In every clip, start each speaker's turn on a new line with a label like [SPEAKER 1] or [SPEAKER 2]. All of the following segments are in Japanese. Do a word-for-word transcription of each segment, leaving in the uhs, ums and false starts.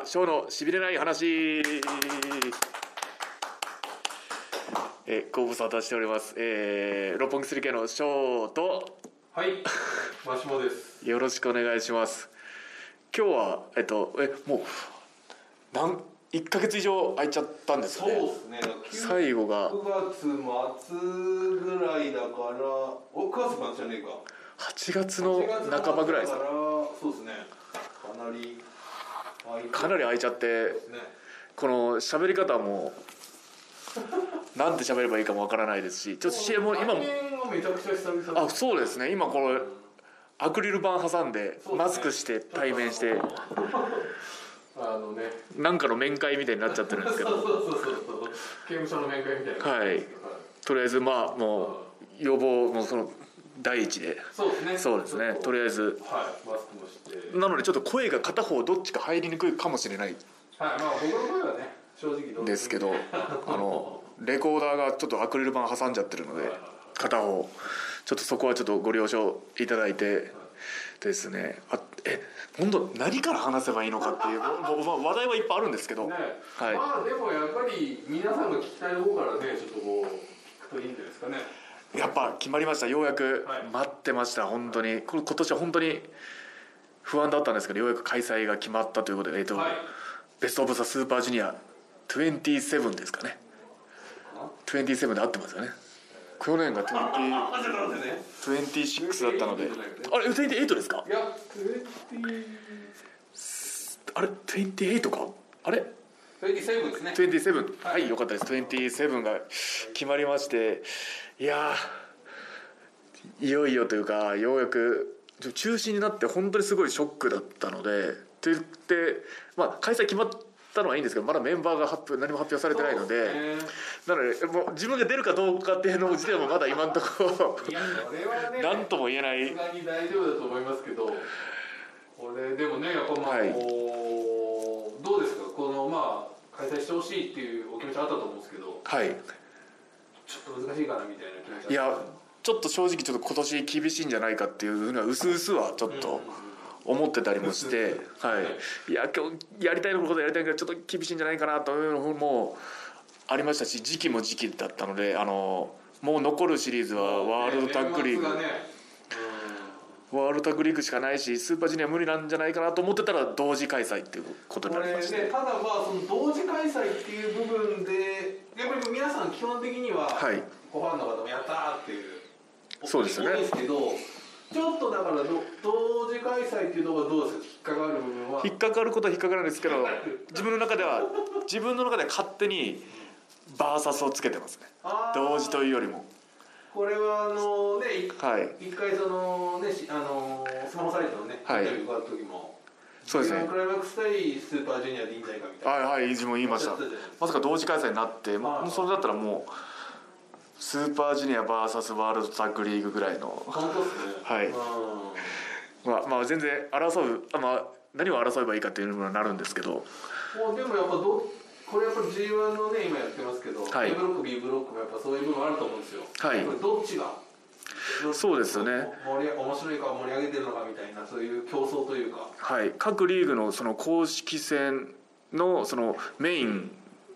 [SPEAKER 1] ショーのしびれない話。えー、ご無沙汰しております、えー、六本木 スリーケー のショーと、
[SPEAKER 2] はいマシモです。
[SPEAKER 1] よろしくお願いします。今日はえっとえもう何いっかげつ以上空いちゃったんですよね。
[SPEAKER 2] そうですね。
[SPEAKER 1] 最後が
[SPEAKER 2] くがつ末ぐらいだからおくがつ末じゃねえか
[SPEAKER 1] はちがつの半ばぐらいですか。
[SPEAKER 2] そうですね。かなり
[SPEAKER 1] かなり空いちゃって、ね、この喋り方もなんて喋ればいいかもわからないですし、ちょっと シーエム も今も
[SPEAKER 2] めちゃくちゃ久々。
[SPEAKER 1] あ、そうですね。今これアクリル板挟んでマスクして対面して、
[SPEAKER 2] あのね、
[SPEAKER 1] なんかの面会みたいになっちゃってるんですけど、
[SPEAKER 2] そうそうそうそう、刑務所の面会みたいな。
[SPEAKER 1] はい。とりあえずまあもう予防もその第一で、
[SPEAKER 2] そうですね。
[SPEAKER 1] そうですね。とりあえず、
[SPEAKER 2] はい、マスクもして。
[SPEAKER 1] なのでちょっと声が片方どっちか入りにくいかもしれない。
[SPEAKER 2] はい、まあ僕の声はね、正直どう
[SPEAKER 1] ですけど、あのレコーダーがちょっとアクリル板挟んじゃってるので、片方ちょっとそこはちょっとご了承いただいてですね。あ、え、本当何から話せばいいのかっていう、まあ、話題はいっぱいあるんですけど、
[SPEAKER 2] ね、
[SPEAKER 1] はい、
[SPEAKER 2] まあでもやっぱり皆さんが聞きたい方からね、ちょっとこう聞くといいんじゃないですかね。
[SPEAKER 1] やっぱ決まりました。ようやく、
[SPEAKER 2] はい、
[SPEAKER 1] 待ってました。本当にこれ今年は本当に不安だったんですけど、ようやく開催が決まったということで、えっと、はい、ベストオブザスーパージュニアにじゅうななですかね。にじゅうななで合ってますよね。去年がにじゅう、にじゅうろくだったので、あれにじゅうはちですか？
[SPEAKER 2] いや、
[SPEAKER 1] あれにじゅうはちか？あれ？
[SPEAKER 2] にじゅうななですね。
[SPEAKER 1] にじゅうなな、はい、よかったです。にじゅうななが決まりまして、いやー、いよいよというか、ようやく中止になって本当にすごいショックだったので、と言って、まあ開催決まったのはいいんですけど、まだメンバーが発表何も発表されてないので、なのでもう自分が出るかどうかっていうの自体もまだ今のところ何とも言えない。
[SPEAKER 2] さすがに大丈夫だと思いますけど、これでもね、やっぱまあ、はい、どうですか、このまあ開催してほしいっていうお気持ちあったと思うんですけど、
[SPEAKER 1] はい、
[SPEAKER 2] ちょっと難しいかなみたいな気持ち。
[SPEAKER 1] いや、ちょっと正直ちょっと今年厳しいんじゃないかっていうふうにはうすうすはちょっと思ってたりもして、はい、いや今日やりたいことやりたいけどちょっと厳しいんじゃないかなというのもありましたし、時期も時期だったので、あのもう残るシリーズはワールドタッグリーグ、ワールドタッグリーグしかないし、スーパージュニア無理なんじゃないかなと思ってたら同時開催っていうことになりました、ね。
[SPEAKER 2] ただまあその同時開催っていう部分でやっぱり皆さん基本的には、はい、ごファンの方もやったーっていう
[SPEAKER 1] そうですね。
[SPEAKER 2] 多いですけど、ちょっとだからど同時開催っていうのがどうですか、引っかかる部分は。
[SPEAKER 1] 引っかかることは引っかかるんですけど、自分の中では自分の中では勝手にバーサスをつけてますね。同時というよりも。
[SPEAKER 2] これはあのね、
[SPEAKER 1] はい、
[SPEAKER 2] 一回そのね、あのスマホサイトのね、
[SPEAKER 1] はい、
[SPEAKER 2] インタビューがあった時も、
[SPEAKER 1] そうですね。
[SPEAKER 2] クライマックス対スーパージュニアでいいんじゃないかみたいな。
[SPEAKER 1] はいはい、自分も言いました。まさか同時開催になって、もうそれだったらもうスーパージュニア ブイエス ワールドタッグリーグぐらいの。
[SPEAKER 2] 本当ですね。
[SPEAKER 1] はい。まあまあ全然争う、まあ何を争えばいいかっていうのになるんですけど。も
[SPEAKER 2] うでもやっぱどこれやっぱり ジーワン のね今やってますけど、
[SPEAKER 1] はい、
[SPEAKER 2] A ブロック B ブロックもやっぱそういう部分あると思うんですよ。はい。これどっちが。
[SPEAKER 1] そうですよね。
[SPEAKER 2] 盛り面白いか盛り上げてるのかみたいな、そういう競争というか。
[SPEAKER 1] はい。各リーグのその公式戦のそのメイン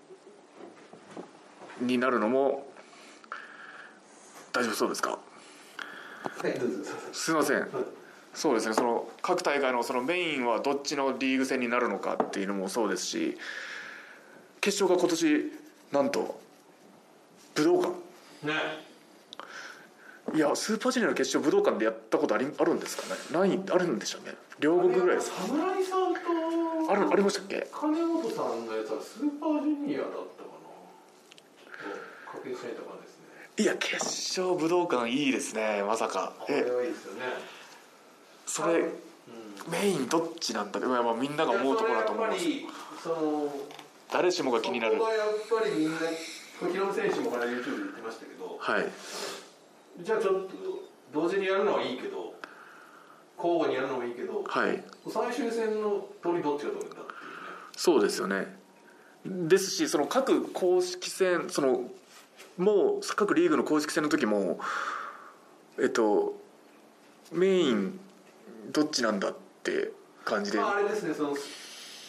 [SPEAKER 1] になるのも大丈夫そうですか。
[SPEAKER 2] はい、どうぞ。
[SPEAKER 1] すいません。そうですね。その各大会のそのメインはどっちのリーグ戦になるのかっていうのもそうですし、決勝が今年なんと武道館。
[SPEAKER 2] ね。
[SPEAKER 1] いや、スーパージュニアの決勝武道館でやったことありあるんですかね。ないあるんでしょうね。両国ぐらいです。
[SPEAKER 2] 侍さんと
[SPEAKER 1] あるありましたっけ。
[SPEAKER 2] 金本さんのやつはスーパージュニアだったかな。確認しないとかですね。
[SPEAKER 1] いや、決勝武道館いいですね。まさか。
[SPEAKER 2] これはいいですよね。
[SPEAKER 1] それ、うん、メインどっちなんだって、まあ、みんなが思うところだと思います。
[SPEAKER 2] その
[SPEAKER 1] 誰しもが気になる。
[SPEAKER 2] そこがやっぱりみんな、ヒロム選手もこれ YouTube で言ってましたけど、
[SPEAKER 1] はい。
[SPEAKER 2] じゃあちょっと同時にやるのはいいけど、交互にやるのもいいけど、
[SPEAKER 1] はい、
[SPEAKER 2] 最終戦の通りどっちが取るんだっていうね。
[SPEAKER 1] そうですよね。ですし、その各公式戦、そのもう各リーグの公式戦の時も、えっとメインどっちなんだって感じで、
[SPEAKER 2] まあ、あれですね、その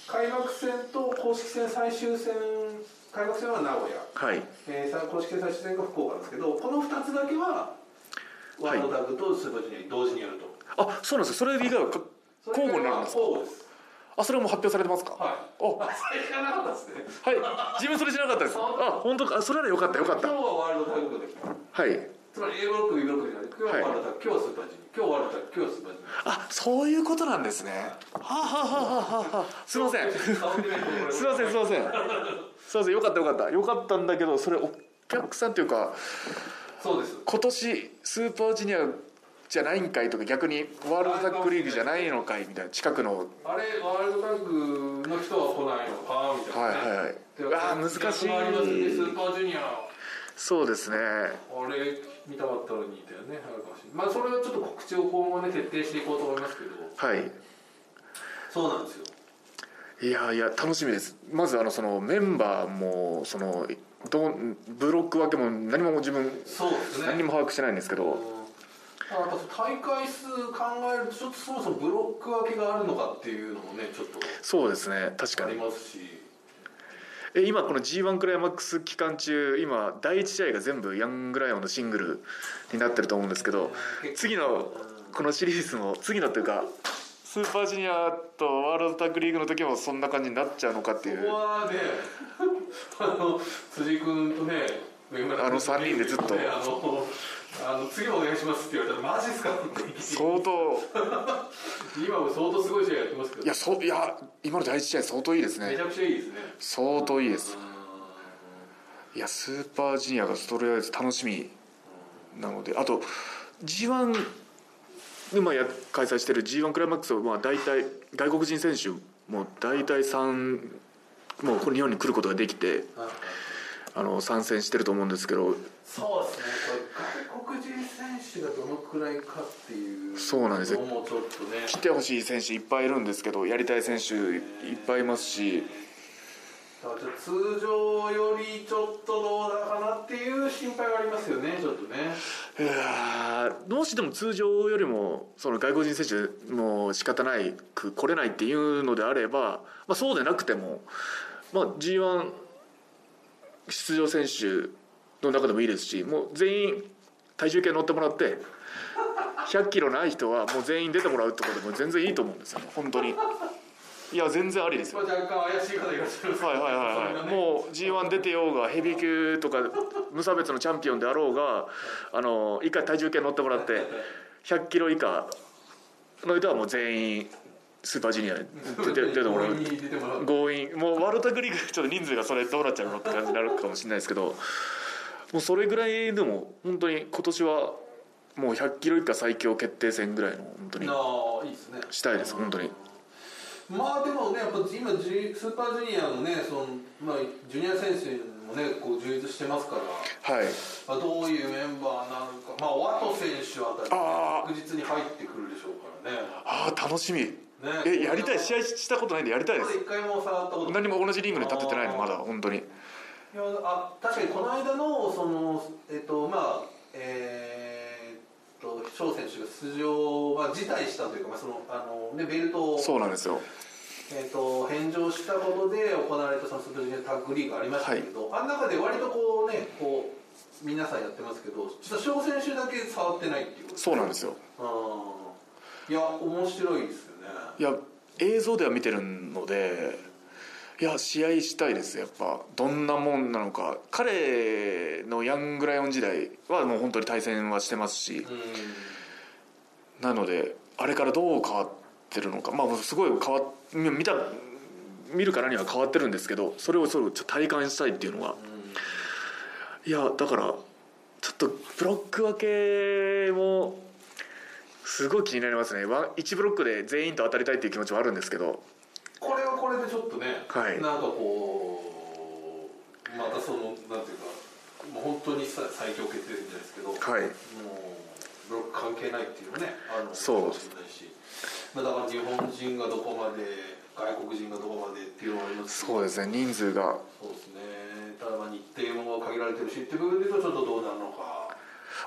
[SPEAKER 2] 開幕戦と公式戦最終戦、開幕戦は名古屋、
[SPEAKER 1] はい、
[SPEAKER 2] えー、公式戦最終戦が福岡なんですけど、このふたつだけはワールドタッグとスーパージュニアに同時にやると。
[SPEAKER 1] あ、そうなんですよ。それ以外は交互になるんですか。
[SPEAKER 2] 交互です。
[SPEAKER 1] あ、それはもう発表されてますか。
[SPEAKER 2] はい。
[SPEAKER 1] お、
[SPEAKER 2] あ、それ知らなかったですね。
[SPEAKER 1] はい、自分それ知らなかったです。あ、本当か。あ、それならよかったよかった。
[SPEAKER 2] 今日はワールドタッグで。
[SPEAKER 1] はい。
[SPEAKER 2] つまり A ブロック B ブロックじゃない。今日はワールドタッグ、今日はスーパージュニア、今日はワールドタッグ、今日はスーパージュニア。
[SPEAKER 1] あ、そういうことなんですね。はあ、はあはあはあはあ、すいません。すいませんすいません。すいません、よかったよかったよかったんだけど、それお客さんというか。
[SPEAKER 2] そうです。
[SPEAKER 1] 今年スーパージュニアじゃないんかいとか、逆にワールドタッグリーグじゃないのかいみたいな、近くの
[SPEAKER 2] あれワールドタッグの人は来ないのかみたいな、ね、
[SPEAKER 1] はいはいはい。うわー難しい。
[SPEAKER 2] スーパージュニア、
[SPEAKER 1] そうですね。
[SPEAKER 2] あれ見たかったのにみたいなね、あるかもしれない。まあそれはちょっと告知を今後ね徹底していこうと思いますけど。
[SPEAKER 1] はい。
[SPEAKER 2] そうなんですよ。
[SPEAKER 1] いやいや楽しみです。まずあのそのメンバーもそのどブロック分けも何も自分
[SPEAKER 2] そうですね、
[SPEAKER 1] 何も把握してないんですけど、
[SPEAKER 2] やっぱ大会数考えるとちょっとそもそもブロック分けがあるのかっていうのもねちょっと
[SPEAKER 1] そうですね、確かに
[SPEAKER 2] ありますし。
[SPEAKER 1] え今この ジーワン クライマックス期間中、今だいいち試合が全部ヤングライオンのシングルになってると思うんですけど、次のこのシリーズも次のというかスーパージュニアとワールドタッグリーグの時もそんな感じになっちゃうのかっていう。
[SPEAKER 2] ここはねあの辻君とね
[SPEAKER 1] あのさんにんでずっと、
[SPEAKER 2] ね、あのあの次お願いしますって言われたらマジっすかって
[SPEAKER 1] 相当
[SPEAKER 2] 今も相当すごい試合やってますけど、
[SPEAKER 1] いやそういや今のだいいち試合相当いいですね。
[SPEAKER 2] めちゃくちゃいいですね。
[SPEAKER 1] 相当いいです。いやスーパージュニアがとりあえず楽しみなので、あと ジーワン 今や開催している ジーワン クライマックスはまあ大体外国人選手も大体さんもう日本に来ることができて、あの参戦してると思うんですけど。
[SPEAKER 2] そうですね、これ外国人選手がどのくらいかっていう
[SPEAKER 1] そうなんですよ。
[SPEAKER 2] もうちょっとね
[SPEAKER 1] 来てほしい選手いっぱいいるんですけど、やりたい選手いっぱいいますし、
[SPEAKER 2] だから通常よりちょっとどうだかなっていう心配はありますよね、ちょっとね。
[SPEAKER 1] いやもしでも通常よりもその外国人選手も仕方ないく来れないっていうのであれば、まあ、そうでなくても、まあ、ジーワン 出場選手の中でもいいですし、もう全員体重計乗ってもらってひゃっキロない人はもう全員出てもらうってことでも全然いいと思うんですよね、本当に。いや全然ありですよ。
[SPEAKER 2] 若干怪しい方いらっしゃいますけど、
[SPEAKER 1] はいはいはいはい、もう ジーワン 出てようがヘビー級とか無差別のチャンピオンであろうが、あの一回体重計乗ってもらってひゃっキロ以下の人はもう全員スーパージュニアに出てもらう。強引、もうワールドタッグリーグちょっと人数がそれどうなっちゃうのって感じになるかもしれないですけど、もうそれぐらいでも本当に今年はもうひゃっキロ以下最強決定戦ぐらいの本当にしたいです本当に。
[SPEAKER 2] まあでもね、やっぱ今スーパージュニアのね、そのまあジュニア選手もねこう充実してますから、はい。まあどういうメンバーなのか、まあワト選手あたり確実に入ってくるでしょうからね。
[SPEAKER 1] ああ楽しみ。ね、えやりたい、試合したことないんでやりたいです。
[SPEAKER 2] 一回も触ったこと
[SPEAKER 1] 何も同じリングに立ててないのまだ本当に。い
[SPEAKER 2] やあ確かにこの間のそのえっとまあえー、っと翔選手が出場は辞退したというか、まあそのあのねベルトを
[SPEAKER 1] そうなんですよ。
[SPEAKER 2] えー、と返上したことで行われたそのスーパージュニアタッグリーグありましたけど、はい、あの中で割とこうねこう皆さんやってますけど、実は翔選手だけ触ってないっていうこと。
[SPEAKER 1] そうなんですよ。
[SPEAKER 2] いや面白いですよね。
[SPEAKER 1] いや映像では見てるので、いや試合したいです。やっぱどんなもんなのか。彼のヤングライオン時代はもう本当に対戦はしてますし、なのであれからどう変わってるのか、まあすごい変わっ見た見るからには変わってるんですけど、それをそれをちょっと体感したいっていうのが、いやだからちょっとブロック分けもすごい気になりますね。いちブロックで全員と当たりたいっていう気持ちはあるんですけど、
[SPEAKER 2] これはこれでちょっとね、
[SPEAKER 1] はい、
[SPEAKER 2] なんかこうまたそのなんていうか、もう本当に最強決定戦じゃないですけど、はい、もうブロック関係ないっていうのねあるのかもしれないし、だから日本人がどこまで外国人がどこまでっていうのがありますし、
[SPEAKER 1] そうですね、人数がそう
[SPEAKER 2] ですね、ただまあ日程も限られてるしっていう部分で言うとちょっとどうなるのか。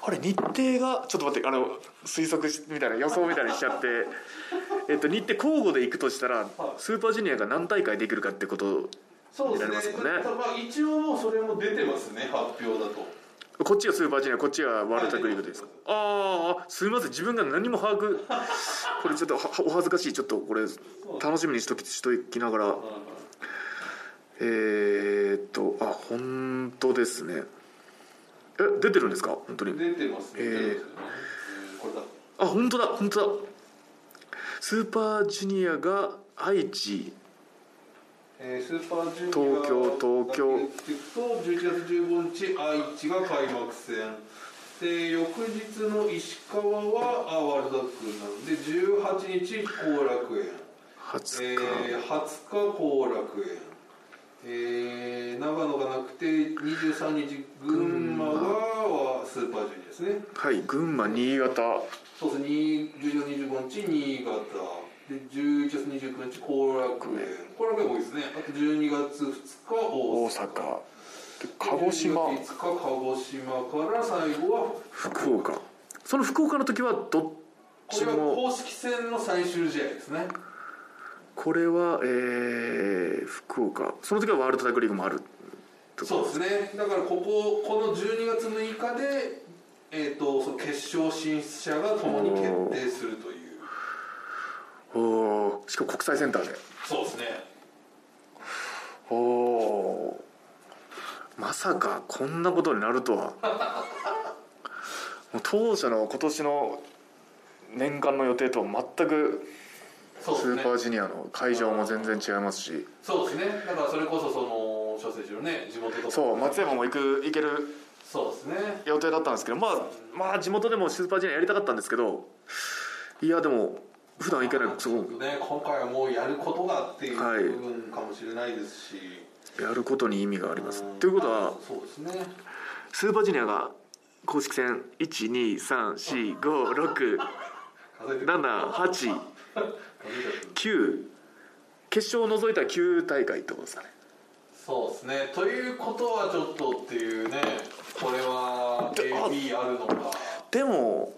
[SPEAKER 1] あれ日程がちょっと待ってあの推測みたいな予想みたいにしちゃってえっと日程交互で行くとしたら、はい、スーパージュニアが何大会できるかってことになりますもんね。
[SPEAKER 2] そうですね、まあ、一応もうそれも出てますね、発表だと。
[SPEAKER 1] こっちがスーパージュニアこっちがワールドタッグリーグですか。ああすみません自分が何も把握これちょっとお恥ずかしいちょっとこれ楽しみにしときしときながらえーっとあ本当ですね。え出てるんですか本当に。
[SPEAKER 2] 出てますね。えー、これだ。
[SPEAKER 1] あ本当だ本当だ。スーパージュニアが愛知、
[SPEAKER 2] えー、スーパージュニア
[SPEAKER 1] 東京東京
[SPEAKER 2] とじゅういちがつじゅうごにち愛知が開幕戦で、翌日の石川はあワールドタッグなのでじゅうはちにち後楽園、
[SPEAKER 1] はつか、
[SPEAKER 2] えー、はつか後楽園、えー、長野がなくてにじゅうさんにち群馬がスーパージュニアですね。
[SPEAKER 1] はい、群馬新潟、
[SPEAKER 2] そうですね、じゅういちがつにじゅうごにち新潟で、じゅういちがつにじゅうくにち後楽園、後楽園多いですね。あとじゅうにがつふつか大阪、
[SPEAKER 1] 大阪で鹿児島、
[SPEAKER 2] いつか鹿児島から最後は
[SPEAKER 1] 福岡。その福岡の時はどっちも
[SPEAKER 2] これは公式戦の最終試合ですね。
[SPEAKER 1] これは、えー、福岡その時はワールドタッグリーグもある。
[SPEAKER 2] そうですね。だからこここのじゅうにがつむいかで、えー、とその決勝進出者が共に決定するという。
[SPEAKER 1] おおしかも国際センターで。
[SPEAKER 2] そうですね。
[SPEAKER 1] おおまさかこんなことになるとはもう当社の今年の年間の予定とは全くスーパージュニアの会場も全然違いますし。
[SPEAKER 2] そうですね。だからそれこそその諸選手のね地元とか
[SPEAKER 1] そう松山も行く行ける
[SPEAKER 2] そうですね
[SPEAKER 1] 予定だったんですけど、まあまあ地元でもスーパージュニアやりたかったんですけど、いやでも普段行けないすごく
[SPEAKER 2] ね今回はもうやることがっていう部分かもしれないですし、
[SPEAKER 1] はい、やることに意味があります。ということは
[SPEAKER 2] そうですね。
[SPEAKER 1] スーパージュニアが公式戦いちにさんしごろくななはちきゅう決勝を除いたきゅう大会ってことですかね。
[SPEAKER 2] そうですね。ということはちょっとっていうね、これは エービー あるのか。
[SPEAKER 1] でも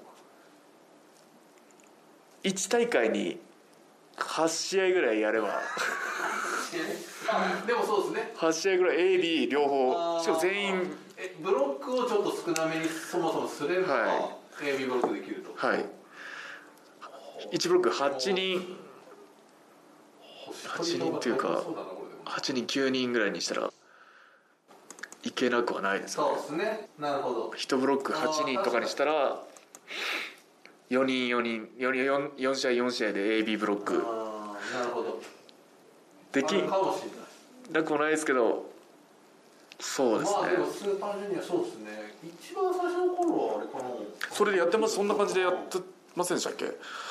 [SPEAKER 1] いち大会にはちしあいぐらいやれば
[SPEAKER 2] あでもそうですね。
[SPEAKER 1] はちしあいぐらい エービー 両方しかも全員
[SPEAKER 2] えブロックをちょっと少なめにそもそもすれば、はい、エービー ブロックできると。はい。
[SPEAKER 1] いちブロックはちにんはちにんっていうかはちにんきゅうにんぐらいにしたらいけなくはないですよね。
[SPEAKER 2] そうですね。なるほど。
[SPEAKER 1] いちブロックはちにんとかにしたらよにんよにんよにん 4, 4試合よん試合で エービー ブロック
[SPEAKER 2] あなるほど
[SPEAKER 1] できなくもないですけど、そうですね。
[SPEAKER 2] まあでもスーパージュニアそうですね。一番最初の頃はあれかな。
[SPEAKER 1] それでやってます。そんな感じでやってませんでしたっけ。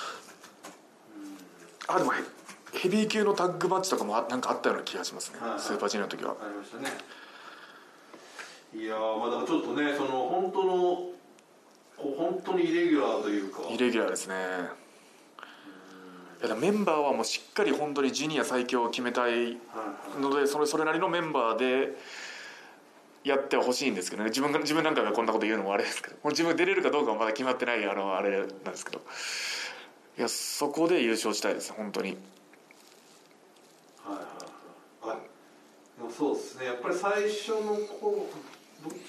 [SPEAKER 1] あでもヘビー級のタッグマッチとかもなんかあったような気がしますね、はいはい、スーパージュニアの時は。
[SPEAKER 2] ありましたね。いやーまあだからちょっとねその本当のこう本当にイレギュラーというか
[SPEAKER 1] イレギュラーですね。いやメンバーはもうしっかり本当にジュニア最強を決めたいので、はいはい、それそれなりのメンバーでやってほしいんですけどね。自分が自分なんかがこんなこと言うのもあれですけど、もう自分出れるかどうかはまだ決まってないあのあれなんですけど、いやそこで優勝したいです本当に。
[SPEAKER 2] はいはいはい。でもそうですね。やっぱり最初のこうどっち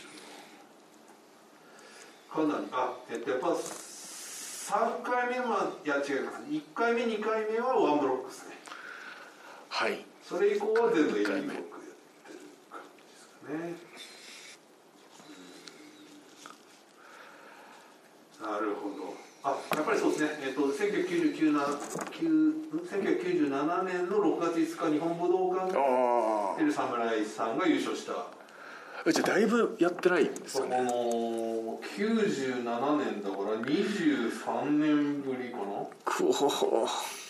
[SPEAKER 2] かなりあえっとやっぱさんかいめはいや違うかいっかいめにかいめはワンブロックですね。
[SPEAKER 1] はい。
[SPEAKER 2] それ以降は全部エービーブロックやってる感じですかね。なるほど。あ、やっぱりそうですね。えっとせんきゅうひゃくきゅうじゅうななねんのろくがついつか日本武道館でエル侍さんが優勝した。
[SPEAKER 1] じゃあだいぶやってないんですかね。
[SPEAKER 2] このきゅうじゅうななねんだからにじゅうさんねんぶりかな。
[SPEAKER 1] くお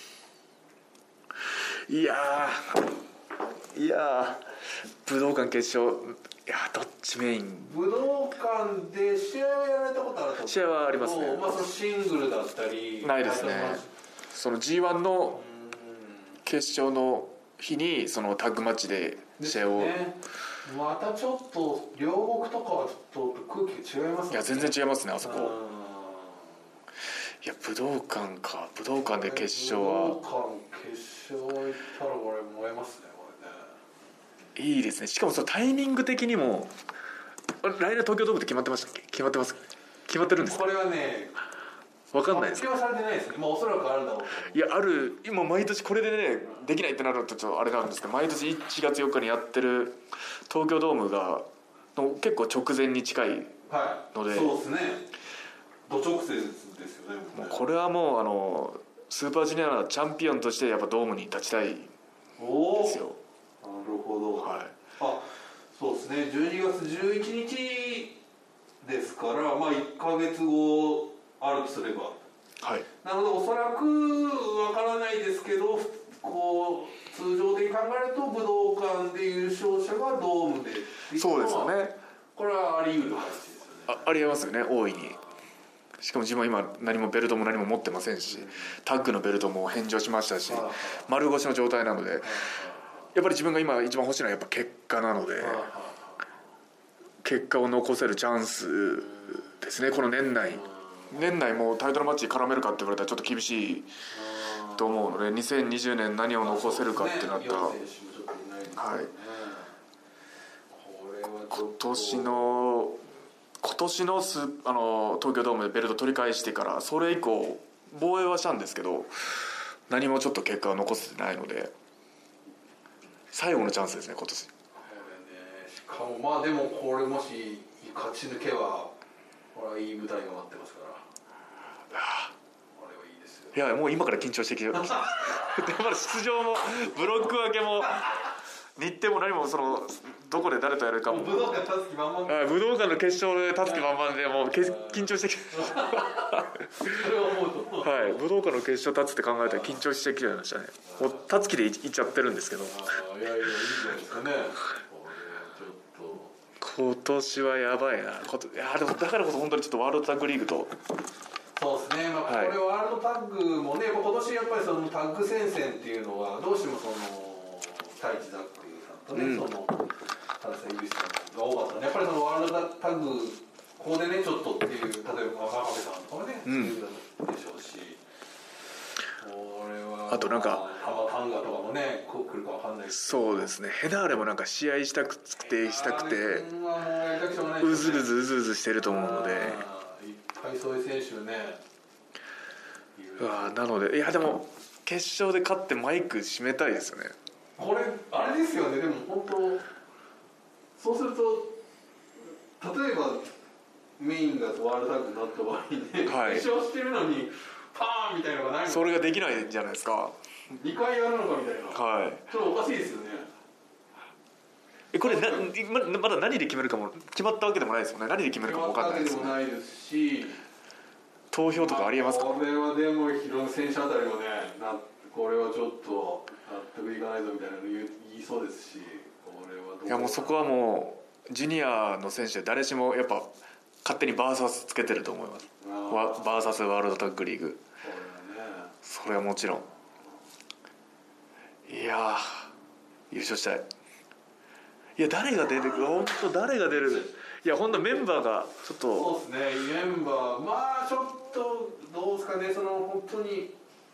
[SPEAKER 1] いやーいやー武道館決勝いやどっちメイン。
[SPEAKER 2] 武道館で試合はやられたことあると思う。
[SPEAKER 1] 試合はありますね。
[SPEAKER 2] まあそのシングルだったり
[SPEAKER 1] ないですね。その ジーワン の決勝の日にそのタッグマッチで試合を
[SPEAKER 2] またちょっと両国とかはちょっと空気違いますね。
[SPEAKER 1] いや全然違いますねあそこ。いや武道館か、武道館で決勝は、
[SPEAKER 2] 武道館決勝行ったらこれ燃えますねこれね。
[SPEAKER 1] いいですね。しかもそのタイミング的にも来年東京ドームって決まってましたっけ？決まってます？決まってるんですか？
[SPEAKER 2] これはね
[SPEAKER 1] 分かんないです。
[SPEAKER 2] 発表されてないですね。まあおそらくあるだろう。
[SPEAKER 1] いやある、今毎年これでねできないってなるとちょっとあれなんですけど、毎年いちがつよっかにやってる東京ドームがの結構直前に近いので、
[SPEAKER 2] はい、そうですね。ド直線ですよね。
[SPEAKER 1] もうこれはもうあのスーパージュニアのチャンピオンとしてやっぱドームに立ちたいですよ。
[SPEAKER 2] なるほど。
[SPEAKER 1] はい。
[SPEAKER 2] あ、そうですね。じゅうにがつじゅういちにちですから、まあいっかげつごあるとすれば。
[SPEAKER 1] はい。
[SPEAKER 2] なのでおそらくわからないですけど、こう通常的に考えると武道館で優勝者がドームでっていうのは、
[SPEAKER 1] そうですよね。
[SPEAKER 2] これはあり得る話ですよね。
[SPEAKER 1] あ, ありえますよね、大いに。しかも自分は今何もベルトも何も持ってませんし、タッグのベルトも返上しましたし、丸腰の状態なので、やっぱり自分が今一番欲しいのはやっぱ結果なので、結果を残せるチャンスですね。この年内年内もうタイトルマッチ絡めるかって言われたらちょっと厳しいと思うので、にせんにじゅうねん何を残せるかってなったら、はい、今年の今年のスあの東京ドームでベルト取り返してからそれ以降防衛はしたんですけど、何もちょっと結果を残せてないので最後のチャンスですね今年。
[SPEAKER 2] これね、しかもまあでもこれもし勝ち抜けはこれはいい舞台が待ってますから、これはいいですよ。
[SPEAKER 1] いやもう今から緊張してきてまだ出場もブロック分けも日程も何もそのどこで誰とやるかも
[SPEAKER 2] 武道館立つ気満々。
[SPEAKER 1] 武道館の決勝で立つ気満々でもう緊張してきて
[SPEAKER 2] それは思うと
[SPEAKER 1] はい、武道館の決勝立つって考えたら緊張してきてましたね。もう立つ気でいっちゃってるんですけど。
[SPEAKER 2] あいやいやいいじゃないですかね。これちょっと
[SPEAKER 1] 今年はやばいな。こといやでもだからこそ本当にちょっとワールドタッグリーグと。
[SPEAKER 2] そうですね。まあ、これワールドタッグもね、今年やっぱりそのタッグ戦線っていうのはどうしてもその太一ザックさんとね、うん、その田中井口さんが多かったので、やっぱりそのワールドタッグここでねちょっとっていう、例えば真壁さんとかね、うん、そういうのでしょうし、これは
[SPEAKER 1] あとなんか
[SPEAKER 2] タマタンガとかもね来るかわかんないです
[SPEAKER 1] けど、そうですね。ヘナーレもなんか試合したくてしたくてうずうずうずうずしてると思うので、いっ
[SPEAKER 2] ぱいそういう選手ね。
[SPEAKER 1] うわなのでいやでも決勝で勝ってマイク締めたいですよね。
[SPEAKER 2] これあれですよね。でも本当そうすると例えばメインがワールドタッグになった場合にね、はい、決勝してるのにパーンみたいなのがないのか、
[SPEAKER 1] それができないんじゃないですか。
[SPEAKER 2] にかいやるのかみたいな、はい、ちょっとおかしいですよね。
[SPEAKER 1] えこれなまだ何で決めるかも決まったわけでもないですもんね。何で決めるかも分かんないですもんね。
[SPEAKER 2] 決まったわけでもないですし、
[SPEAKER 1] 投票とかありえますか。
[SPEAKER 2] これはでもヒロム選手あたりもねな、これはちょっと納得いかないぞみたいなの言いそうですし、これはどう
[SPEAKER 1] いやもうそこはもうジュニアの選手で誰しもやっぱ勝手にバーサスつけてると思います。バーサスワールドタッグリーグ、それはもちろん。いや優勝したい。いや誰が出る本当誰が出るいや本当メンバーがちょっと
[SPEAKER 2] そうですね。メンバーまあちょっとどうですかね、その本当に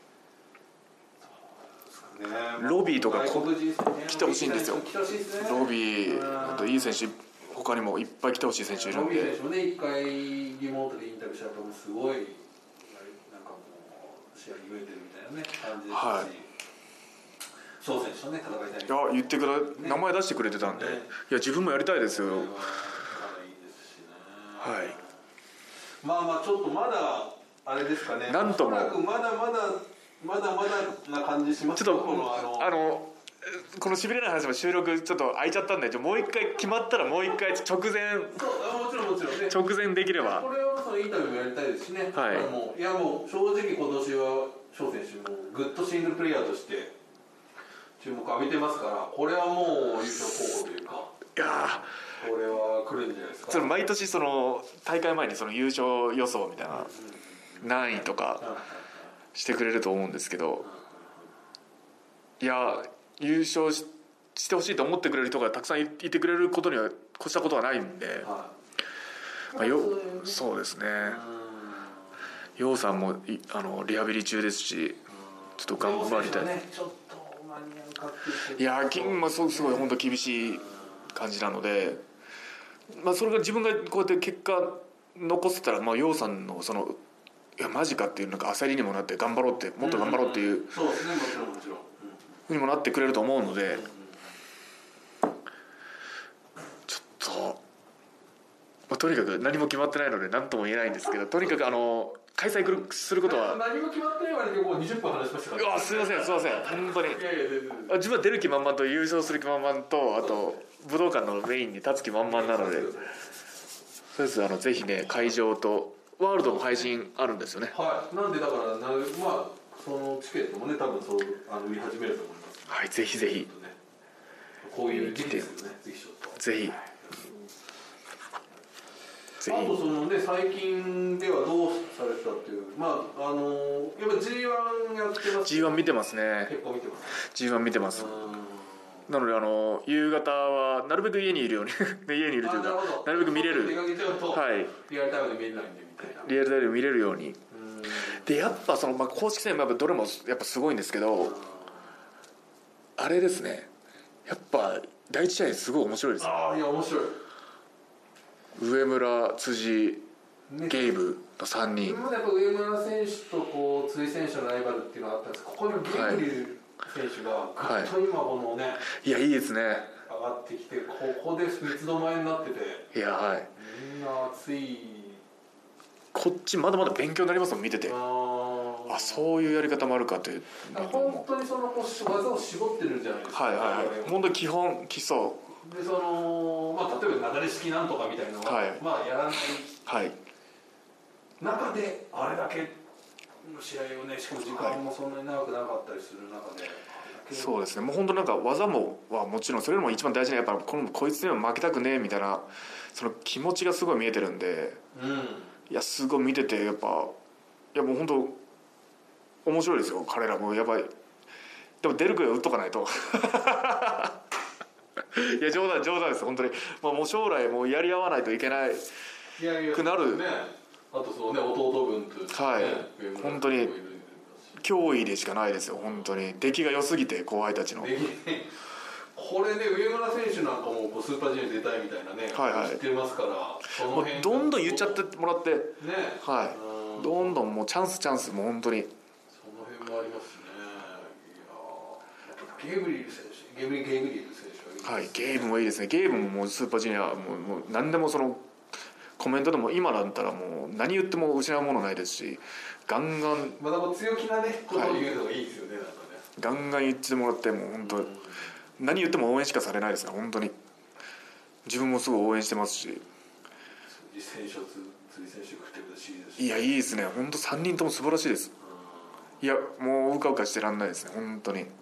[SPEAKER 1] ロビーとかこ来てほしいんですよ。ロビーあといい選手他にもいっぱい来てほしい選手いるんで。
[SPEAKER 2] ロビー選手もね一回リモートでインタビューしたらすごいなんかもう試合に飢えてるみたいなね感じですし、はい、翔選手とね戦いたい。い
[SPEAKER 1] や言ってくれ、ね、名前出してくれてたんで、ね、いや自分もやりたいですよ。はい。
[SPEAKER 2] まあまあちょっとまだあれですかね。
[SPEAKER 1] なんとも
[SPEAKER 2] まだまだまだまだな感じします。
[SPEAKER 1] ちょっとあのこのしびれない話も収録ちょっと空いちゃったんで、もう一回決まったらもう一回直前
[SPEAKER 2] そうもちろんもちろん、ね、
[SPEAKER 1] 直前できれば
[SPEAKER 2] これはそのインタビューもやりたいですしね、はい、もういやもう正直今年は翔選手もグッドシングルプレイヤーとして注目浴びてますから、これはもう優勝候補というか、
[SPEAKER 1] いや
[SPEAKER 2] これは来るんじゃないですか。
[SPEAKER 1] その毎年その大会前にその優勝予想みたいな何位とかしてくれると思うんですけど、いや優勝ししてほしいと思ってくれる人がたくさんいてくれることには越したことはないんで、はいまあ、よそうですね。楊さんもあのリハビリ中ですし、ちょっと頑張りたい。いやー、まあ、すごい本当厳しい感じなので、まあ、それが自分がこうやって結果残せたら、まあ、楊さんのそのいやマジかっていうなんか焦りにもなって頑張ろうってもっと頑張ろうっていうふうにもなってくれると思うので、ちょっと、まあ、とにかく何も決まってないので何とも言えないんですけど、とにかくあの開催することは
[SPEAKER 2] 何も決まってない割にもうにじゅっぷん話しましたから、
[SPEAKER 1] ね、すいませんすいません本当に。いやいや自分は出る気満々と優勝する気満々と、あと武道館のメインに立つ気満々なので、そうです。あのぜひね、会場とワールドの配信あるんですよね。
[SPEAKER 2] はい。なんでだからな、まあそのチケットもね多分そうあの売り始めると思います。
[SPEAKER 1] はい、ぜひぜひ。
[SPEAKER 2] こういう時期ですよね。ぜひちょっと。
[SPEAKER 1] ぜひ。
[SPEAKER 2] あとそのね最近ではどうされたっていう、まああのやっぱ ジーワン やってます。
[SPEAKER 1] ジーワン 見てますね。
[SPEAKER 2] 結構見てます。
[SPEAKER 1] ジーワン 見てます。なのであの夕方はなるべく家にいるように家にいるというかなるべく見れる、
[SPEAKER 2] はい、リアルタイムで見れないんでみたいな、
[SPEAKER 1] リアルタイムで見れるように。でやっぱその、まあ、公式戦もやっぱどれもやっぱすごいんですけど、あれですね、やっぱ第一試合すごい面白いです。
[SPEAKER 2] ああいや面白い。
[SPEAKER 1] 上村、辻、ね、ゲイブのさんにん。
[SPEAKER 2] 今までやっぱ上村選手とこう辻選手のライバルっていうのがあったんですけど、ここにゲイブリル選手がぐっと今このね、はい、
[SPEAKER 1] いやいいですね。
[SPEAKER 2] 上がってきて、ここで三つどもえになってて、
[SPEAKER 1] いやはい。
[SPEAKER 2] みんな熱い。
[SPEAKER 1] こっちまだまだ勉強になりますもん見てて。ああそういうやり方もあるかという。
[SPEAKER 2] 本当にその技を絞ってるんじゃないですか。
[SPEAKER 1] はいはいはい。本当に基本基礎。
[SPEAKER 2] でそのまあ例えば流れ式なんとかみたいなのは、はい、まあやらない、はい、中であれだけの試合をね、しかも時間もそんなに長くなかったりする中で、はい、
[SPEAKER 1] そうですね。もう本当なんか技もはもちろんそれよりも一番大事なやっぱこのこいつには負けたくねえみたいなその気持ちがすごい見えてるんで、うん、いやすごい見ててやっぱいやもう本当面白いですよ彼らもやばい。でも出る杭は打っとかないと。いや冗談冗談です本当に、まあ、もう将来もうやり合わないといけないくなる。
[SPEAKER 2] ね、あとそのね弟分という、ね、
[SPEAKER 1] はい本当に脅威でしかないですよ本当に出来が良すぎて後輩たちの。
[SPEAKER 2] これね上村選手なんかもこうスーパージュニア出たいみたいなね、はいはい、知ってますからその
[SPEAKER 1] 辺どんどん言っちゃってもらってね、はいどんどんもうチャンスチャンスもう本当に
[SPEAKER 2] その辺もありますね。いやゲブリル選手ゲブリゲブリル選手
[SPEAKER 1] はい、ゲームもいいですね。ゲームももうスーパージュニアもう、もう何でもそのコメントでも今だったらもう何言っても失うものないですし、ガンガン
[SPEAKER 2] まだも強気なねことを言うのがいいですよね、はい、なんかね
[SPEAKER 1] ガンガン言ってもらってもう本当、うん、何言っても応援しかされないですね本当に。自分もすごい応援してますし。
[SPEAKER 2] 辻選手は辻選手食ってほしいですし。
[SPEAKER 1] いやいいですね本当さんにんとも素晴らしいです。いやもううかうかしてらんないですね本当に。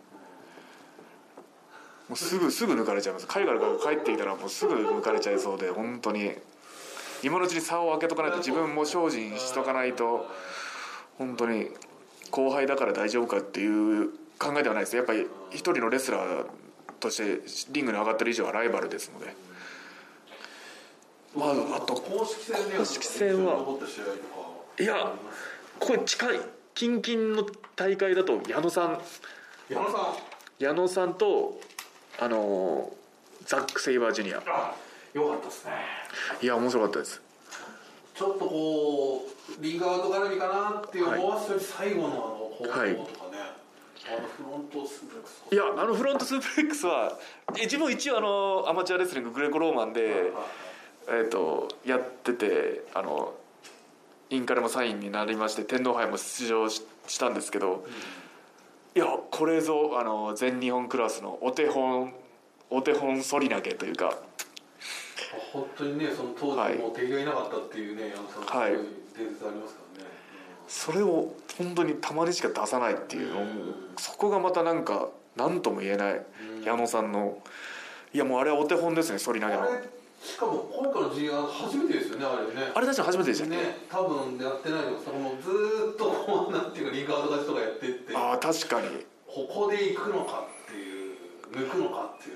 [SPEAKER 1] もうすぐすぐ抜かれちゃいます。海外から帰ってきたらもうすぐ抜かれちゃいそうで本当に今のうちに差を開けとかないと自分も精進しとかないと本当に後輩だから大丈夫かっていう考えではないです。やっぱり一人のレスラーとしてリングに上がってる以上はライバルですので。まああと公式戦では公式戦はいやこれ近い近々の大会だと矢野さん
[SPEAKER 2] 矢野さん
[SPEAKER 1] 矢野さんとあのザック・セイバージュニア。
[SPEAKER 2] あよかったですね。
[SPEAKER 1] いや面白かったです。
[SPEAKER 2] ちょっとこうリングアウト絡みかなっていう思わせより最後のあの方法とかね、はい、あのフロントスープレックス
[SPEAKER 1] いやあのフロントスープレックスは自分一応あのアマチュアレスリンググレコローマンで、はいはいはいえー、とやっててあのインカレもサインになりまして天皇杯も出場 し, したんですけど、うんいやこれぞあの全日本クラスのお手本お手本反り投げというか
[SPEAKER 2] 本当にねその当時もう敵がいなかったっていうね、はい、すごい伝説ありますからね、
[SPEAKER 1] うん、それを本当にたまにしか出さないっていうの、うん、そこがまたなんか何とも言えない、うん、矢野さんのいやもうあれはお手本ですね反り投げの。
[SPEAKER 2] しかも今回の ジーワン 初めてですよねあれね。
[SPEAKER 1] あれ確か初めてでした
[SPEAKER 2] ね。多分やってないのそのずーっとこうなんていうかリンクアウト勝ちとかやってって。
[SPEAKER 1] ああ確かに。
[SPEAKER 2] ここで行くのかっていう抜くのかっていうね。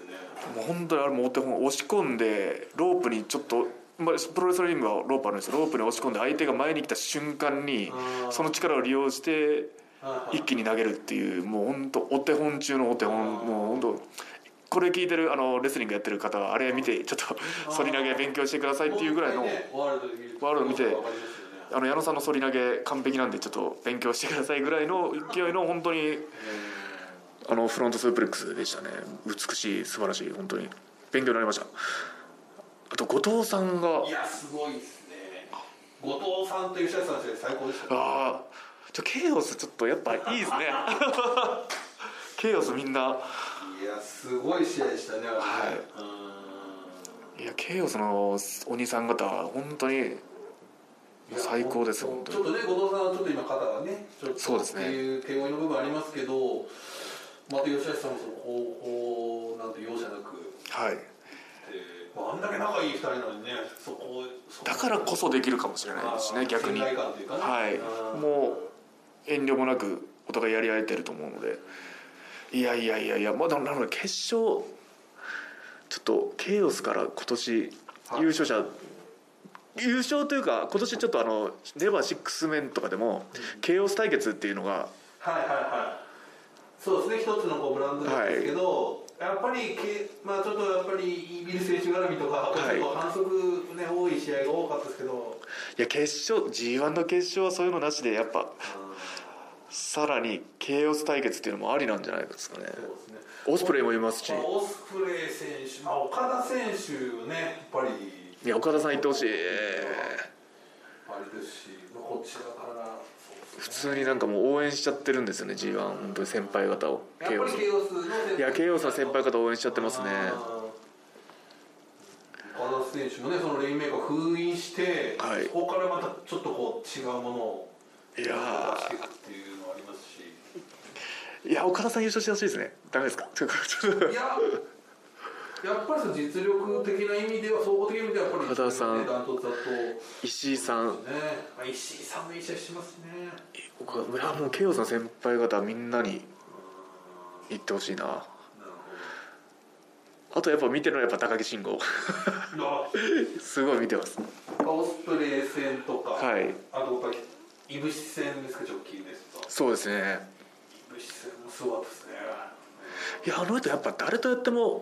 [SPEAKER 1] もう本当にあれもお手本押し込んでロープにちょっと、まあ、プロレスリングはロープあるんですよ。ロープに押し込んで相手が前に来た瞬間にその力を利用して一気に投げるっていう、もう本当お手本中のお手本。もう本当これ聞いてるあのレスリングやってる方はあれ見てちょっと反り投げ勉強してくださいっていうぐらいのワールド見て、あの矢野さんの反り投げ完璧なんでちょっと勉強してくださいぐらいの勢いの本当にあのフロントスープレックスでしたね。美しい、素晴らしい、本当に勉強になりました。あと後藤さんが、
[SPEAKER 2] いやすごいですね。後藤さんと吉田さん最高でした、ね、
[SPEAKER 1] ああちょケイオスちょっとやっぱいいですねケイオスみんない
[SPEAKER 2] やすごい試合でしたねあれ。
[SPEAKER 1] はい、いやケイオスのお兄さん方本当に最高です。本当に
[SPEAKER 2] ちょっとね後藤さんはちょっと今肩がねちょっと
[SPEAKER 1] そうですね
[SPEAKER 2] っていう手負いの部分ありますけど、また吉橋さんもそのこうこうなんて容赦なく、
[SPEAKER 1] はい、
[SPEAKER 2] まあ、あんだけ仲いいふたりなのにね、そこ
[SPEAKER 1] だからこそできるかもしれないですね。逆に、
[SPEAKER 2] 信頼感というかね、
[SPEAKER 1] はい、もう遠慮もなくお互いやり合えてると思うので、いやいやいやいや、まだなので決勝ちょっとケイオスから今年優勝者、はい、優勝というか今年ちょっとあのネバーシックスメンとかでも、うん、ケイオス対決っていうのが、
[SPEAKER 2] はいはいはい、そうですね、一つのこうブランドなんですけど、はい、やっぱりけ、まあ、ちょっとやっぱりイービル選手絡みとか、はい、反則、ね、多い試合が多かったですけど、
[SPEAKER 1] いや決勝 ジーワン の決勝はそういうのなしでやっぱ、うん、さらにケイオス対決っていうのもありなんじゃないですかね。そうですね、オスプレイもいますし、
[SPEAKER 2] まあ、オスプレイ選手、まあ、岡田選手ね、やっぱり
[SPEAKER 1] いや岡田さん行ってほしい、
[SPEAKER 2] あれですし、こちらから
[SPEAKER 1] 普通になんかもう応援しちゃってるんですよね、 ジーワン 本当に先輩方を。
[SPEAKER 2] やっぱりケイオスの
[SPEAKER 1] いやケイオスの先輩方応援しちゃってますね。
[SPEAKER 2] 岡田選手もね、そのレインメーカー封印して、はい、そこからまたちょっとこう違うものを出していくっていうのはありますし、
[SPEAKER 1] いや岡田さん優勝してほしいですね。ダメですか
[SPEAKER 2] いややっぱりその実力的な意味では、総合的な意味ではやっぱり
[SPEAKER 1] 岡田さん、
[SPEAKER 2] ダントツだと
[SPEAKER 1] 石井さん、
[SPEAKER 2] ね、石井さんのいい試合してますね。
[SPEAKER 1] いやもうケイオスの先輩方みんなに行ってほしいな。あとやっぱ見てるのはやっぱ高木慎吾すごい見てます。
[SPEAKER 2] オスプレイ戦とか、
[SPEAKER 1] はい、
[SPEAKER 2] あとやっぱりいぶし戦ですか、直近ですと。
[SPEAKER 1] そうですね、
[SPEAKER 2] いぶし戦もすごかったですね。
[SPEAKER 1] いやあの人やっぱ誰とやっても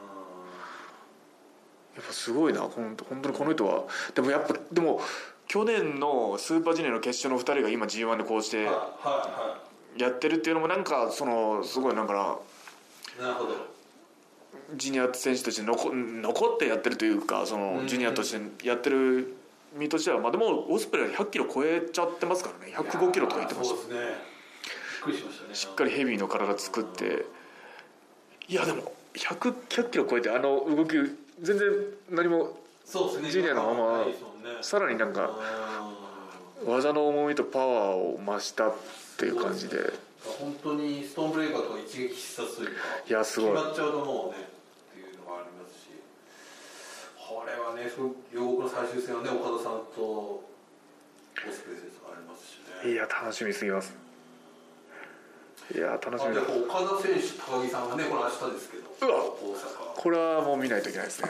[SPEAKER 1] やっぱすごいな、本当本当にこの人は。でもやっぱでも去年のスーパージュニアの決勝のふたりが今 ジーワン でこうしてやってるっていうのもなんかそのすごいなんか
[SPEAKER 2] なるほど、
[SPEAKER 1] ジュニア選手として残残ってやってるというか、そのジュニアとしてやってる身としては、まあでもオスプレイはひゃっキロ超えちゃってますからね。ひゃくごキロとか言ってました。
[SPEAKER 2] そうですね、びっくりしましたね。
[SPEAKER 1] しっかりヘビーの体作って、いやでもひゃくキロ超えてあの動き全然何もジュニアのまま、さらになんか技の重みとパワーを増したっていう感じで、
[SPEAKER 2] 本当にストーンブレイカーとか一撃必殺というか、
[SPEAKER 1] いやすごい
[SPEAKER 2] 決まっちゃうともうねっていうのがありますし、これはね、両国の最終戦はね、岡田さんとオスプレイ選手がありますしね。
[SPEAKER 1] いや楽しみすぎます。いや楽しみだ。
[SPEAKER 2] 岡田選手、高木さんはね、これ明日ですけど、
[SPEAKER 1] うわ
[SPEAKER 2] 大阪、
[SPEAKER 1] これはもう見ないといけないですね。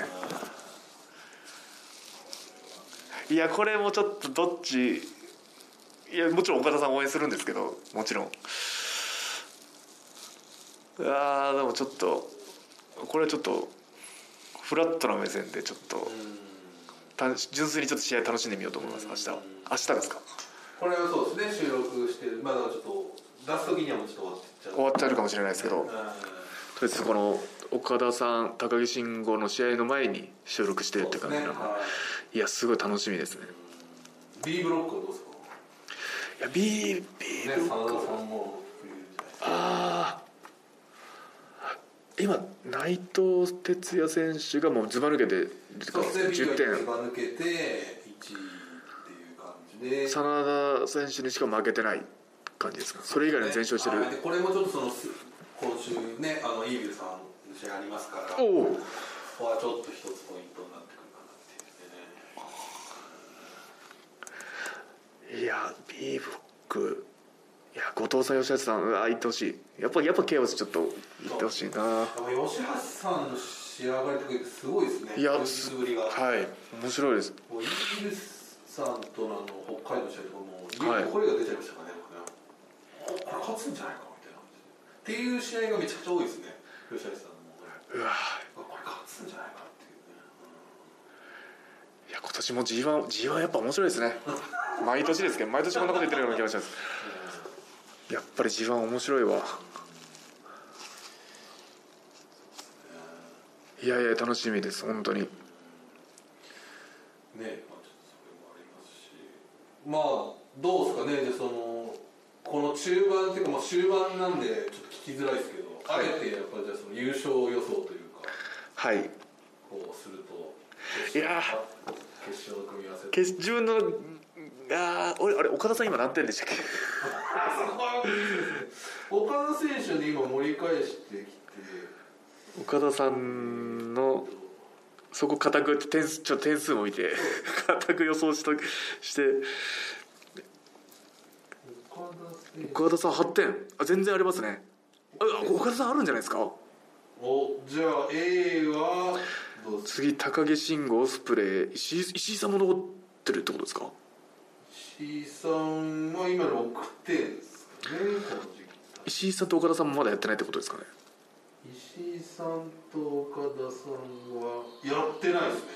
[SPEAKER 1] いやこれもちょっとどっち、いやもちろん岡田さん応援するんですけど、もちろん、いやでもちょっとこれはちょっとフラットな目線でちょっと純粋にちょっと試合楽しんでみようと思います。明日は明日ですか。
[SPEAKER 2] これはそうですね、収録してる、まだちょっと出す時にはもうちょっと終わっちゃう
[SPEAKER 1] 終わっちゃうかもしれないですけど、とりあえずこの岡田さん高木慎吾の試合の前に収録してるって感じなので、ね、はい、いやすごい楽しみですね。
[SPEAKER 2] B ブロックはどうですか。
[SPEAKER 1] いや B, B ブロック、ね、ああ今内藤哲也選手がもうずば抜けてじゅってん、
[SPEAKER 2] ずば抜けていちいっていう感じで、
[SPEAKER 1] 真田選手にしか負けてない感じですか。それ以外の全勝してる、
[SPEAKER 2] ね、これもちょっとその今週ね、あのイービルさんの試合ありますから、
[SPEAKER 1] おお、
[SPEAKER 2] ここはちょっと一つポイントになってくるかなっていうね。
[SPEAKER 1] いや B ブロック、いや後藤さん吉橋さん、うわ行ってほしい。やっぱやっぱケイオスちょっと行ってほしいな。
[SPEAKER 2] 吉橋さんの試仕上がりとかすごいですね。
[SPEAKER 1] いや、
[SPEAKER 2] ぶりが
[SPEAKER 1] はい面白いです。
[SPEAKER 2] もうイーグルスさんとのあの北海道の試合とかもう声が出ちゃいましたからね、はい、これ勝つんじゃないかみたいなっていう試合がめちゃくちゃ多いですね。吉田さんもうわこれ勝つんじゃないかっていうね、
[SPEAKER 1] うん、いや今年も ジーワン ジーワン やっぱ面白いですね毎年ですけど毎年こんなこと言ってるような気がします、うん、やっぱり ジーワン 面白いわ、うん、いやいや楽しみです本当に、うん、ね
[SPEAKER 2] え、まあ、ちょっとそれもありますし、まあどうですかね。でそのこの中盤っていうか、まあ、終盤なんでちょっと聞きづらいですけど、はい、あえてやっぱじゃあその優勝予想というか、
[SPEAKER 1] はい
[SPEAKER 2] こうすると
[SPEAKER 1] いや
[SPEAKER 2] 決勝の組み合わせ
[SPEAKER 1] 決自分のあ俺あれ岡田さん今何点でしたっけ
[SPEAKER 2] 岡田選手で今盛り返してきて
[SPEAKER 1] 岡田さんのそこ固く点数ちょっと点数も見て固く予想しとして岡田さんはってんあ全然ありますね。あ岡田さんあるんじゃないですか。
[SPEAKER 2] おじゃあ A はどう
[SPEAKER 1] 次高木慎吾オスプレイ石井、石井さんも残ってるってことですか。
[SPEAKER 2] 石井さんは今ろくてんですかね。この時期
[SPEAKER 1] 石井さんと岡田さんもまだやってないってことですかね。
[SPEAKER 2] 石井さんと岡田さんはやってないですね。